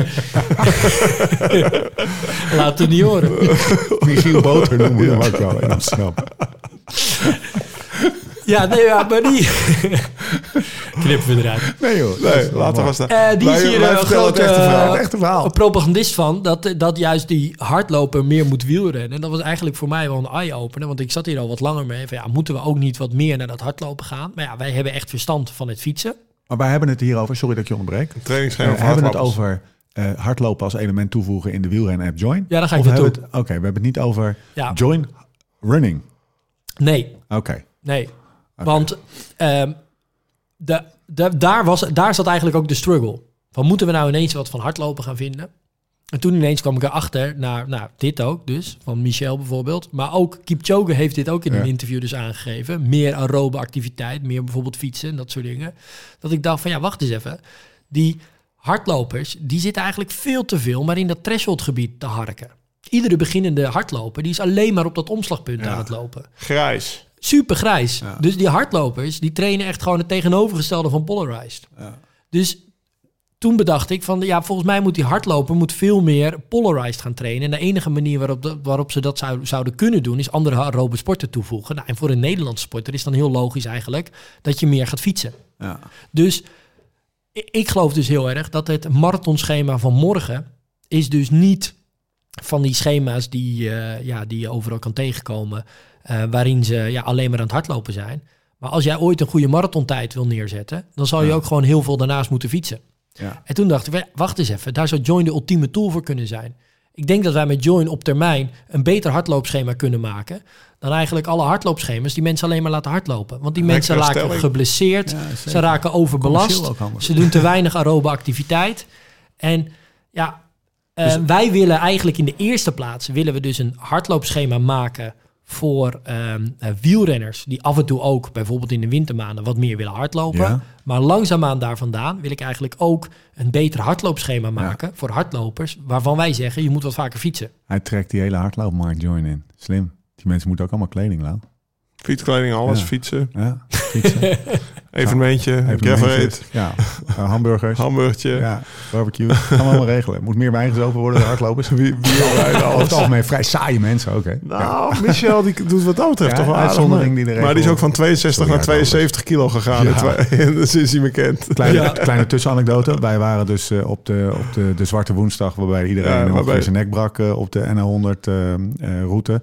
Laat het niet horen. Michiel Boter noemen we hem ook wel in Amsterdam. Ja, nee, ja, maar die... Knippen we eruit. Nee joh. Nee, laten we staan. Uh, die is hier een grote het echte verhaal. Het echte verhaal. propagandist van... Dat, dat juist die hardloper meer moet wielrennen. En dat was eigenlijk voor mij wel een eye-opener. Want ik zat hier al wat langer mee. Van, ja, moeten we ook niet wat meer naar dat hardlopen gaan? Maar ja, wij hebben echt verstand van het fietsen. Maar wij hebben het hier over... Sorry dat ik je onderbreek. Trainingsschema uh, We hebben het over uh, hardlopen als element toevoegen in de wielren-app Join. Ja, dan ga ik naartoe. Oké, okay, we hebben het niet over ja. Join running. Nee. Oké. Okay. Nee. Okay. Want um, de, de, daar, was, daar zat eigenlijk ook de struggle. Van moeten we nou ineens wat van hardlopen gaan vinden? En toen ineens kwam ik erachter, naar nou, dit ook dus, van Michel bijvoorbeeld. Maar ook Kipchoge heeft dit ook in ja. een interview dus aangegeven. Meer aerobe activiteit, meer bijvoorbeeld fietsen en dat soort dingen. Dat ik dacht van ja, wacht eens even. Die hardlopers, die zitten eigenlijk veel te veel maar in dat thresholdgebied te harken. Iedere beginnende hardloper, die is alleen maar op dat omslagpunt ja. aan het lopen. Grijs. Super grijs. Ja. Dus die hardlopers, die trainen echt gewoon het tegenovergestelde van polarized. Ja. Dus toen bedacht ik van, ja, volgens mij moet die hardloper moet veel meer polarized gaan trainen. En de enige manier waarop, de, waarop ze dat zou, zouden kunnen doen, is andere aerobe sporten toevoegen. Nou, en voor een Nederlandse sporter is dan heel logisch eigenlijk dat je meer gaat fietsen. Ja. Dus ik geloof dus heel erg dat het marathonschema van morgen is dus niet van die schema's die, uh, ja, die je overal kan tegenkomen. Uh, waarin ze ja, alleen maar aan het hardlopen zijn. Maar als jij ooit een goede marathontijd wil neerzetten, dan zal je ja. ook gewoon heel veel daarnaast moeten fietsen. Ja. En toen dachten we, wacht eens even, daar zou Join de ultieme tool voor kunnen zijn. Ik denk dat wij met Join op termijn een beter hardloopschema kunnen maken dan eigenlijk alle hardloopschema's die mensen alleen maar laten hardlopen. Want die ja, mensen raken stelling. geblesseerd, ja, ze raken overbelast, ze doen te weinig aerobe activiteit. En ja, uh, dus, wij willen eigenlijk in de eerste plaats willen we dus een hardloopschema maken voor um, uh, wielrenners die af en toe ook bijvoorbeeld in de wintermaanden wat meer willen hardlopen. Ja. Maar langzaamaan daar vandaan wil ik eigenlijk ook een beter hardloopschema maken ja. voor hardlopers, waarvan wij zeggen, je moet wat vaker fietsen. Hij trekt die hele hardloopmarkt Join in. Slim. Die mensen moeten ook allemaal kleding laten. Fietskleding, alles, ja. fietsen. Ja, fietsen. Evenementje, Gatorade. Ja, uh, hamburgers. Hamburgertje. Ja, barbecue. Gaan we allemaal regelen. Moet meer wijn gezopen worden door hardlopers. Wie, wie over het algemeen vrij saaie mensen ook, hè? Nou, ja. Michel, die doet wat dat betreft ja, toch wel uitzondering die er maar die is ook van tweeënzestig naar tweeënzeventig kilo gegaan. Ja. Sinds hij me kent. Kleine, ja. kleine tussenanekdote. Wij waren dus uh, op, de, op de, de Zwarte Woensdag, waarbij iedereen ja, waarbij... zijn nek brak uh, op de N L honderd uh, uh, route.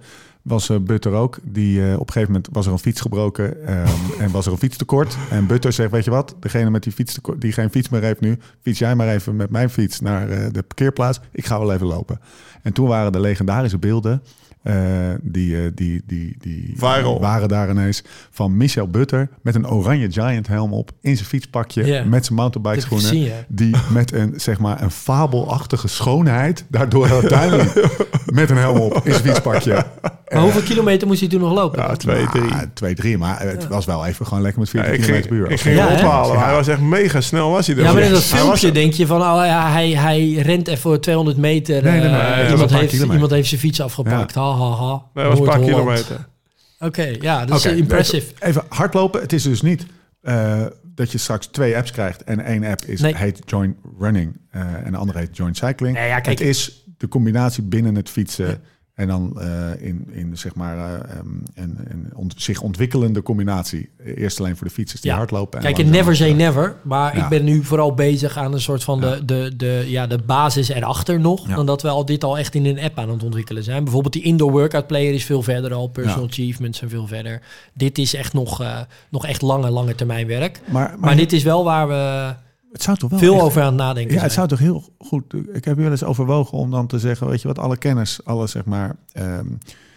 was uh, Butter ook. Die uh, op een gegeven moment was er een fiets gebroken um, en was er een fietstekort. En Butter zegt, weet je wat, degene met die fiets die geen fiets meer heeft nu, fiets jij maar even met mijn fiets naar uh, de parkeerplaats. Ik ga wel even lopen. En toen waren de legendarische beelden, uh, die, uh, die, die, die Viral. waren daar ineens van Michel Butter met een oranje Giant helm op in zijn fietspakje Yeah. met zijn mountainbike Dat heb ik schoenen. gezien, ja. Die met een, zeg maar, een fabelachtige schoonheid daardoor het tuin liep. Met een helm op in zijn fietspakje. Maar hoeveel kilometer moest hij toen nog lopen? Ja, twee, drie. Ah, twee, drie, maar het was wel even gewoon lekker met Ja, veertien ik kilometer ging, per uur. ik ging Ja, hè? ophalen. Ja. Hij was echt mega snel, was hij er. Ja, maar in dat Hij was- filmpje denk je van, oh ja, hij, hij rent even voor tweehonderd meter. Nee, nee, nee, eh, het was iemand, een paar heeft, kilometer. iemand heeft zijn fiets afgepakt. Ha, ha, ha. Nee, dat was een paar Noord-Holland. kilometer. Oké, ja, dat is Oké, uh, impressive. Even, even hardlopen. Het is dus niet uh, dat je straks twee apps krijgt. En één app is, Nee. heet Join Running uh, en de andere heet Join Cycling. Nee, ja, kijk. Het is de combinatie binnen het fietsen en dan uh, in, in zeg maar uh, um, een, een ont- zich ontwikkelende combinatie. Eerst alleen voor de fietsers die Ja. hardlopen. En Kijk, langzaam- never say never. Maar Ja. ik ben nu vooral bezig aan een soort van Ja. de, de, de, ja, de basis erachter nog. Ja. Dan dat we al dit al echt in een app aan het ontwikkelen zijn. Bijvoorbeeld die indoor workout player is veel verder al. Personal Ja. achievements zijn veel verder. Dit is echt nog, uh, nog echt lange, lange termijn werk. Maar, maar, Maar dit is wel waar we het zou toch wel veel echt- over aan het nadenken Ja, het zijn. zou toch heel goed. Ik heb wel eens overwogen om dan te zeggen, weet je wat, alle kennis, alle zeg maar um,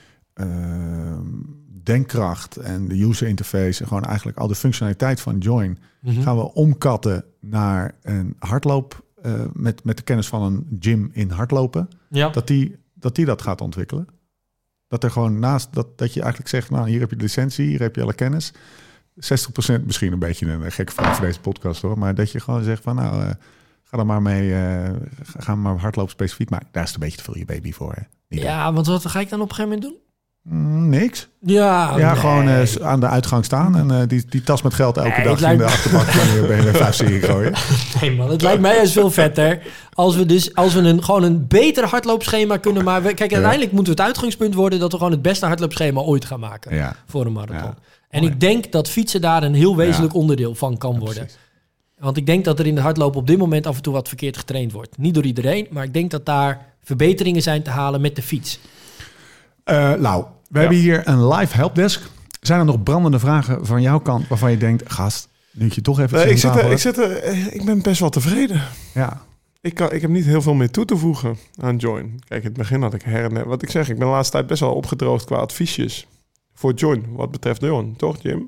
um, denkkracht en de user interface en gewoon eigenlijk al de functionaliteit van Join Mhm. gaan we omkatten naar een hardloop uh, met met de kennis van een gym in hardlopen. Ja. Dat die dat die dat gaat ontwikkelen. Dat er gewoon naast dat dat je eigenlijk zegt, nou hier heb je de licentie, hier heb je alle kennis. zestig procent misschien een beetje een gekke vraag voor deze podcast hoor, maar dat je gewoon zegt van nou uh, ga er maar mee, uh, ga maar hardlopen specifiek, maar daar is het een beetje te veel je baby voor. Hè? Niet Ja, want wat ga ik dan op een gegeven moment doen? Mm, niks. Ja, ja, nee. gewoon uh, aan de uitgang staan en uh, die, die tas met geld elke Nee, dag het in lijkt- de achterbak van je B M W vijf serie gooien. Nee man, het lijkt mij juist veel vetter als we dus als we een gewoon een beter hardloopschema kunnen maken. Kijk, uiteindelijk moet het uitgangspunt worden dat we gewoon het beste hardloopschema ooit gaan maken Ja. voor een marathon. Ja. En Mooi. ik denk dat fietsen daar een heel wezenlijk Ja. onderdeel van kan worden. Precies. Want ik denk dat er in de hardlopen op dit moment af en toe wat verkeerd getraind wordt. Niet door iedereen, maar ik denk dat daar verbeteringen zijn te halen met de fiets. Uh, Lau, we hebben hier een live helpdesk. Zijn er nog brandende vragen van jouw kant waarvan je denkt, gast, nu je toch even Nee, ik, aan zit tafel er, ik, hebt? zit er, eh, ik ben best wel tevreden. Ja, Ik, kan, ik heb niet heel veel meer toe te voegen aan Join. Kijk, in het begin had ik her en der- wat ik zeg, ik ben de laatste tijd best wel opgedroogd qua adviesjes voor Join, wat betreft Join. Toch, Jim?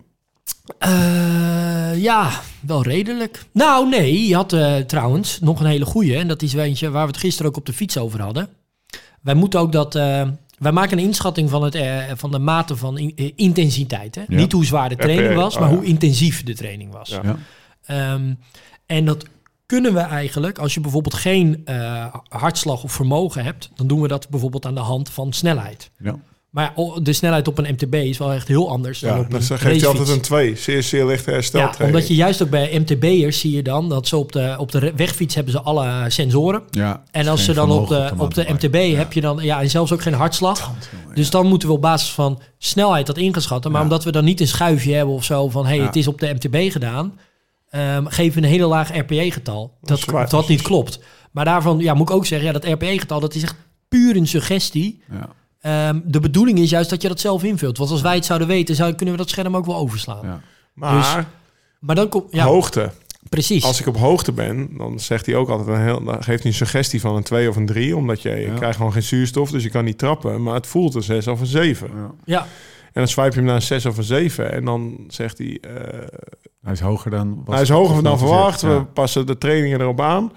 Uh, ja, wel redelijk. Nou, nee, je had uh, trouwens nog een hele goeie. En dat is eentje waar we het gisteren ook op de fiets over hadden. Wij moeten ook dat... Uh, wij maken een inschatting van, het, uh, van de mate van in, uh, intensiteit. Hè? Ja. Niet hoe zwaar de training R P E, was, oh, maar ja. hoe intensief de training was. Ja. ja. Um, en dat kunnen we eigenlijk, als je bijvoorbeeld geen uh, hartslag of vermogen hebt, dan doen we dat bijvoorbeeld aan de hand van snelheid. ja. Maar ja, de snelheid op een M T B is wel echt heel anders dan Ja, op dan een geeft hij altijd racefiets. een twee. Zeer, zeer lichte Ja, hersteltraining. omdat je juist ook bij M T B'ers zie je dan dat ze op de, op de wegfiets hebben ze alle sensoren. ja. En als Geen ze dan op vermogen de, op de M T B mountainbike. heb je dan, ja, en zelfs ook geen hartslag. Dus dan moeten we op basis van snelheid dat ingeschatten. Maar Ja. omdat we dan niet een schuifje hebben of zo van, hé, hey, Ja. het is op de M T B gedaan, um, geven we een hele laag R P E-getal. Dat, zwaar. dat niet klopt. Maar daarvan ja, moet ik ook zeggen, ja, dat R P E-getal, dat is echt puur een suggestie. Ja, Um, de bedoeling is juist dat je dat zelf invult. Want als wij het zouden weten, zou, kunnen we dat scherm ook wel overslaan. ja. Maar Maar dan komt... Ja, hoogte. precies. Als ik op hoogte ben, dan zegt hij ook altijd een heel, dan geeft hij een suggestie van een twee of een drie, omdat je, je Ja. krijgt gewoon geen zuurstof, dus je kan niet trappen, maar het voelt een zes of een zeven. Ja. Ja, En dan swipe je hem naar een zes of een zeven en dan zegt hij, uh, Hij is hoger dan... was- hij is hoger was dan verwacht, ja. we passen de trainingen erop aan.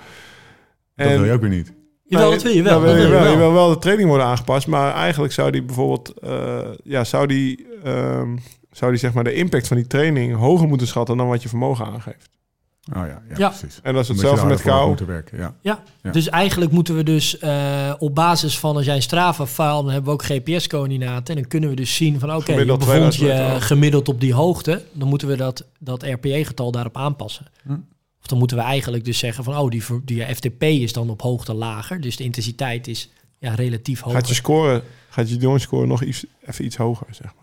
Dat wil je ook weer niet. jawel, Nee, dat wil je wel. dat Dat wil je wil je wel. wel. Je wil wel de training worden aangepast, maar eigenlijk zou die bijvoorbeeld, uh, ja, zou die, um, zou die zeg maar de impact van die training hoger moeten schatten dan wat je vermogen aangeeft. Oh ja, ja, Ja. precies. En dat is Dan moet je hetzelfde daar met voor kou. moeten werken, ja. Ja. Ja. Dus eigenlijk moeten we dus uh, op basis van als jij een Strava-file, dan hebben we ook G P S-coördinaten. En dan kunnen we dus zien van oké, je Gemiddeld bevond tweeduizend je meter. gemiddeld op die hoogte. Dan moeten we dat, dat R P E-getal daarop aanpassen. Hm. Of dan moeten we eigenlijk dus zeggen van oh, die, ver- die F T P is dan op hoogte lager. Dus de intensiteit is ja, relatief hoger. Gaat je scoren, gaat je joint score nog iets, even iets hoger, zeg maar.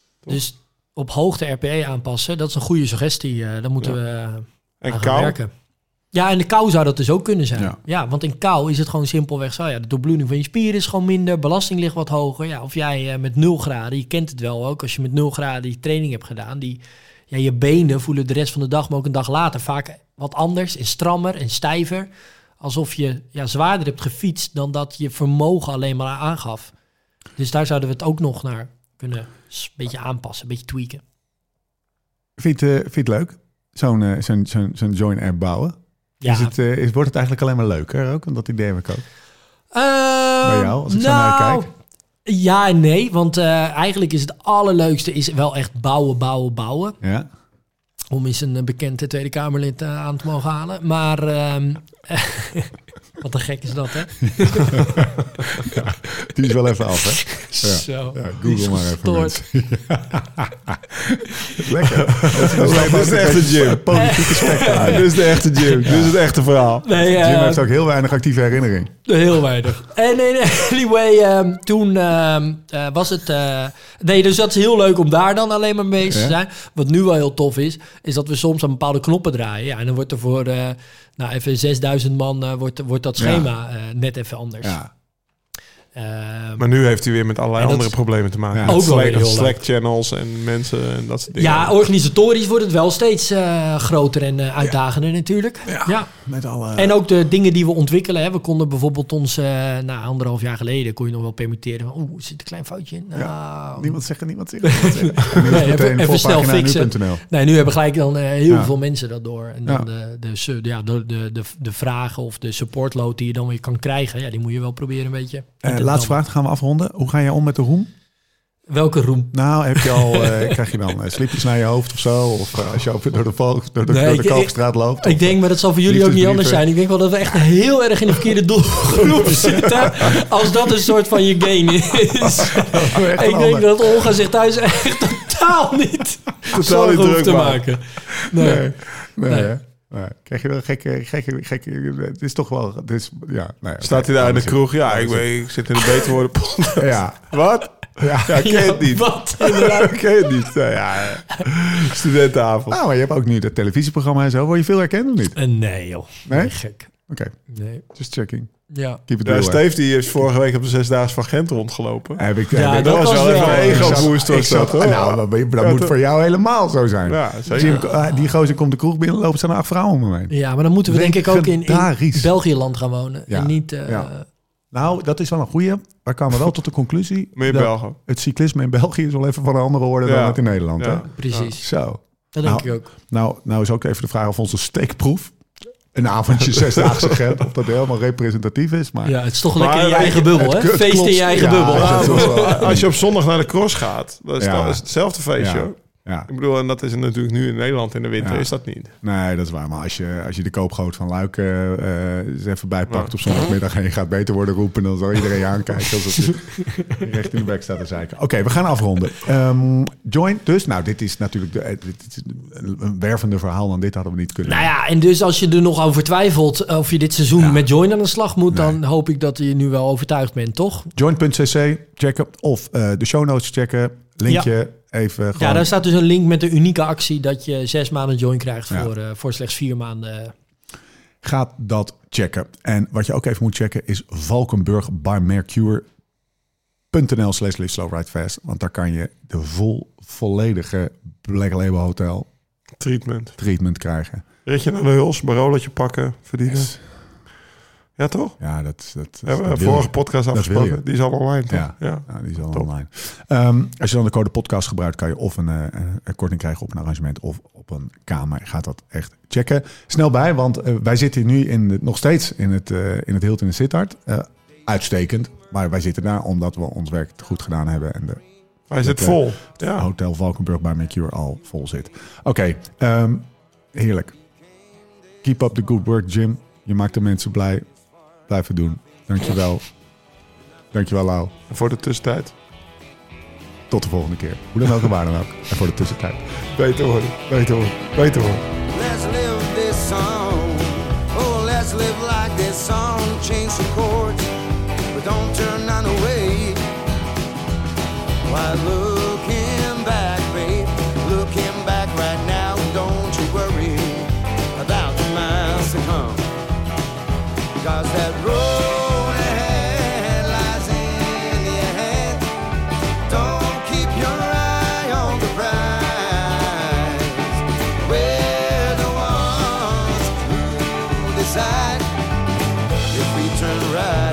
Dus op hoogte R P E aanpassen, dat is een goede suggestie. Uh, dan moeten Ja. we uh, En aan gaan kou, werken. Ja, en de kou zou dat dus ook kunnen zijn. Ja. Ja, want in kou is het gewoon simpelweg zo. Ja, de doorbloeding van je spieren is gewoon minder. Belasting ligt wat hoger. Ja, of jij uh, met nul graden, je kent het wel ook. Als je met nul graden die training hebt gedaan. Die, ja, je benen voelen de rest van de dag, maar ook een dag later vaak wat anders. En strammer en stijver. Alsof je ja, zwaarder hebt gefietst dan dat je vermogen alleen maar aangaf. Dus daar zouden we het ook nog naar kunnen een beetje aanpassen. Een beetje tweaken. Vind je het, uh, vind je het leuk? Zo'n, uh, zo'n, zo'n, zo'n Join-app bouwen? Ja. Is het, uh, is, wordt het eigenlijk alleen maar leuker ook? Want dat idee heb ik ook. Uh, Bij jou, als ik nou, zo naar je kijk? Ja en nee, want uh, eigenlijk is het allerleukste is wel echt bouwen, bouwen, bouwen. Ja. Om eens een bekend Tweede Kamerlid uh, aan te mogen halen. Maar um, wat een gek is dat, hè? Ja, die is wel even af, hè? Ja. Zo, Ja, die is Google maar even. gestoord. Lekker. Dit is de echte gym. Politieke spectrum. Dit is de echte gym. Dit is het echte verhaal. Nee, uh, Jim heeft ook heel weinig actieve herinnering. heel weinig. En nee, anyway, um, toen um, uh, was het... Uh, nee, dus dat is heel leuk om daar dan alleen maar mee te Ja. zijn. Wat nu wel heel tof is, is dat we soms aan bepaalde knoppen draaien. Ja, en dan wordt er voor... Uh, nou, even zesduizend man uh, wordt, wordt dat schema uh, net even anders. Ja. Um, Maar nu heeft hij weer met allerlei En dat andere is- problemen te maken. Ja. Met Ook wel Slack, weer heel Slack channels en mensen en dat soort dingen. ja, organisatorisch wordt het wel steeds uh, groter en uh, uitdagender natuurlijk. Ja. Ja. Met alle... En ook de dingen die we ontwikkelen. Hè. We konden bijvoorbeeld ons, uh, nou, anderhalf jaar geleden, kon je nog wel permitteren. Oeh, er zit een klein foutje in. Nou, Niemand zeggen, niemand zeggen. Niemand zeggen. En nu is Nee, meteen even- even snel voorpagina fixen. nu punt n l. Nee, nu hebben gelijk dan uh, heel Ja. veel mensen dat door. En dan Ja. de, de, su- ja, de, de, de, de vragen of de supportload die je dan weer kan krijgen. Ja, die moet je wel proberen een beetje. Uh, in te laatste dammen. vraag, gaan we afronden. Hoe ga je om met de roem? Welke roem? Nou, heb je al, uh, krijg je dan uh, slipjes naar je hoofd of zo? Of uh, als je over door de, Val- door de, Nee, door de ik- Kalkstraat loopt? Ik of, denk, maar dat zal voor jullie ook niet anders zijn. Ik denk wel dat we echt heel erg in de verkeerde doelgroep zitten. Als dat een soort van je gain is. Ik denk dat Olga zich thuis echt totaal niet zorgen niet hoeft druk te maken. maken. Nee. Nee, nee, Nee. hè? Nee. Krijg je wel gekke, gekke, gekke... Het is toch wel... Het is, ja, nee, Staat hij daar in de kroeg? Ja, ik, ben, ik zit in de beter worden podcast. Ja. Wat? Ja. Ja, ik ken het niet. Wat? Ik ken het niet. Nou ja, studentenavond. Ah, maar je hebt ook nu dat televisieprogramma en zo. Word je veel herkend of niet? Uh, nee, joh. Nee? Nee, gek. Oké, Nee. just checking. Ja. Keep it Ja, real. hè. Steve die is vorige week op de Zesdaagse van Gent rondgelopen. Heb ik, Ja, heb ik- dat Dat was was wel even wel- een Ik zat- ego-boost. ik was dat, zat- hoor. Nou, dat, dat Ja, moet toch? voor jou helemaal zo zijn. Ja, zeker. Jim, ah, die gozer komt de kroeg binnen, lopen staan er acht vrouwen om me heen. Ja, maar dan moeten we denk ik ook in, in Legendarisch. België-land gaan wonen. Ja. En niet... uh, Ja. Nou, dat is wel een goeie. Wij kwamen wel tot de conclusie... Meer dat Belgen. het cyclisme in België is wel even van een andere orde Ja. dan het in Nederland. Ja. Hè? Precies. Zo. Dat denk Nou, ik ook. Nou, nou is ook even de vraag of onze steekproef... een avondje zesdaagse Gent... of dat helemaal representatief is. Maar Ja, het is toch Maar lekker in je weet eigen je, bubbel, hè? het- het Feest in klopt. je eigen Ja, bubbel. ja, dat is wel- Als je op zondag naar de cross gaat, dan is Ja. dat is hetzelfde feestje. Ja. hoor. ja, Ik bedoel, en dat is natuurlijk nu in Nederland in de winter, Ja. is dat niet. nee, dat is waar. Maar als je, als je de koopgoot van Luik eh, eh, eens even bijpakt Ja. op zondagmiddag... en je gaat beter worden roepen... dan zal iedereen je aankijken alsof je recht in de bek staat te zeiken. Oké, we gaan afronden. Ehm, join dus. Nou, dit is natuurlijk de, eh, dit is een wervender verhaal... dan dit hadden we niet kunnen. Nou ja, en dus als je er nog over twijfelt of je dit seizoen Ja. met Join aan de slag moet, Nee. dan hoop ik dat je nu wel overtuigd bent, toch? join punt c c checken of eh, de show notes checken. Linkje even Ja, gewoon. daar staat dus een link met de unieke actie dat je zes maanden Join krijgt Ja. voor, uh, voor slechts vier maanden. Gaat dat checken. En wat je ook even moet checken is Valkenburg by Mercure. .nl slash live slow ride fast. Want daar kan je de vol, volledige Black Label Hotel Treatment. treatment krijgen. Ritje naar de Huls, baroletje pakken, verdienen. Yes. Ja, toch? Ja, dat, dat, Hebben we dat de wil vorige je. podcast Dat wil afgesproken. je. Die is al online, toch? Ja. Ja. Ja, die is al Top. online. Ehm, als je dan de code podcast gebruikt, kan je of een, eh, een korting krijgen op een arrangement of op een kamer. Gaat dat echt checken. Snel bij, want eh, wij zitten nu in de, nog steeds in het, uh, in het Hilton in Sittard. Uh, uitstekend. Maar wij zitten daar omdat we ons werk goed gedaan hebben. En de Hij zit Dat, vol. uh, Ja. Hotel Valkenburg bij Mercure al vol zit. Oké, okay, um, heerlijk. Keep up the good work, Jim. Je maakt de mensen blij. Blijf het doen. Dankjewel. Dankjewel, Lau. En voor de tussentijd. Tot de volgende keer. Hoe dan ook en waar dan ook. En voor de tussentijd. Beter worden. Beter worden. Beter worden. Let's live this song. Oh, let's live like this song. Change the chords, but don't turn none away. Why looking back, babe? Looking back right now. Don't you worry about the miles to come. 'cause that road ahead lies in your hands. Don't keep your eye on the prize. We're the ones who decide if we turn right.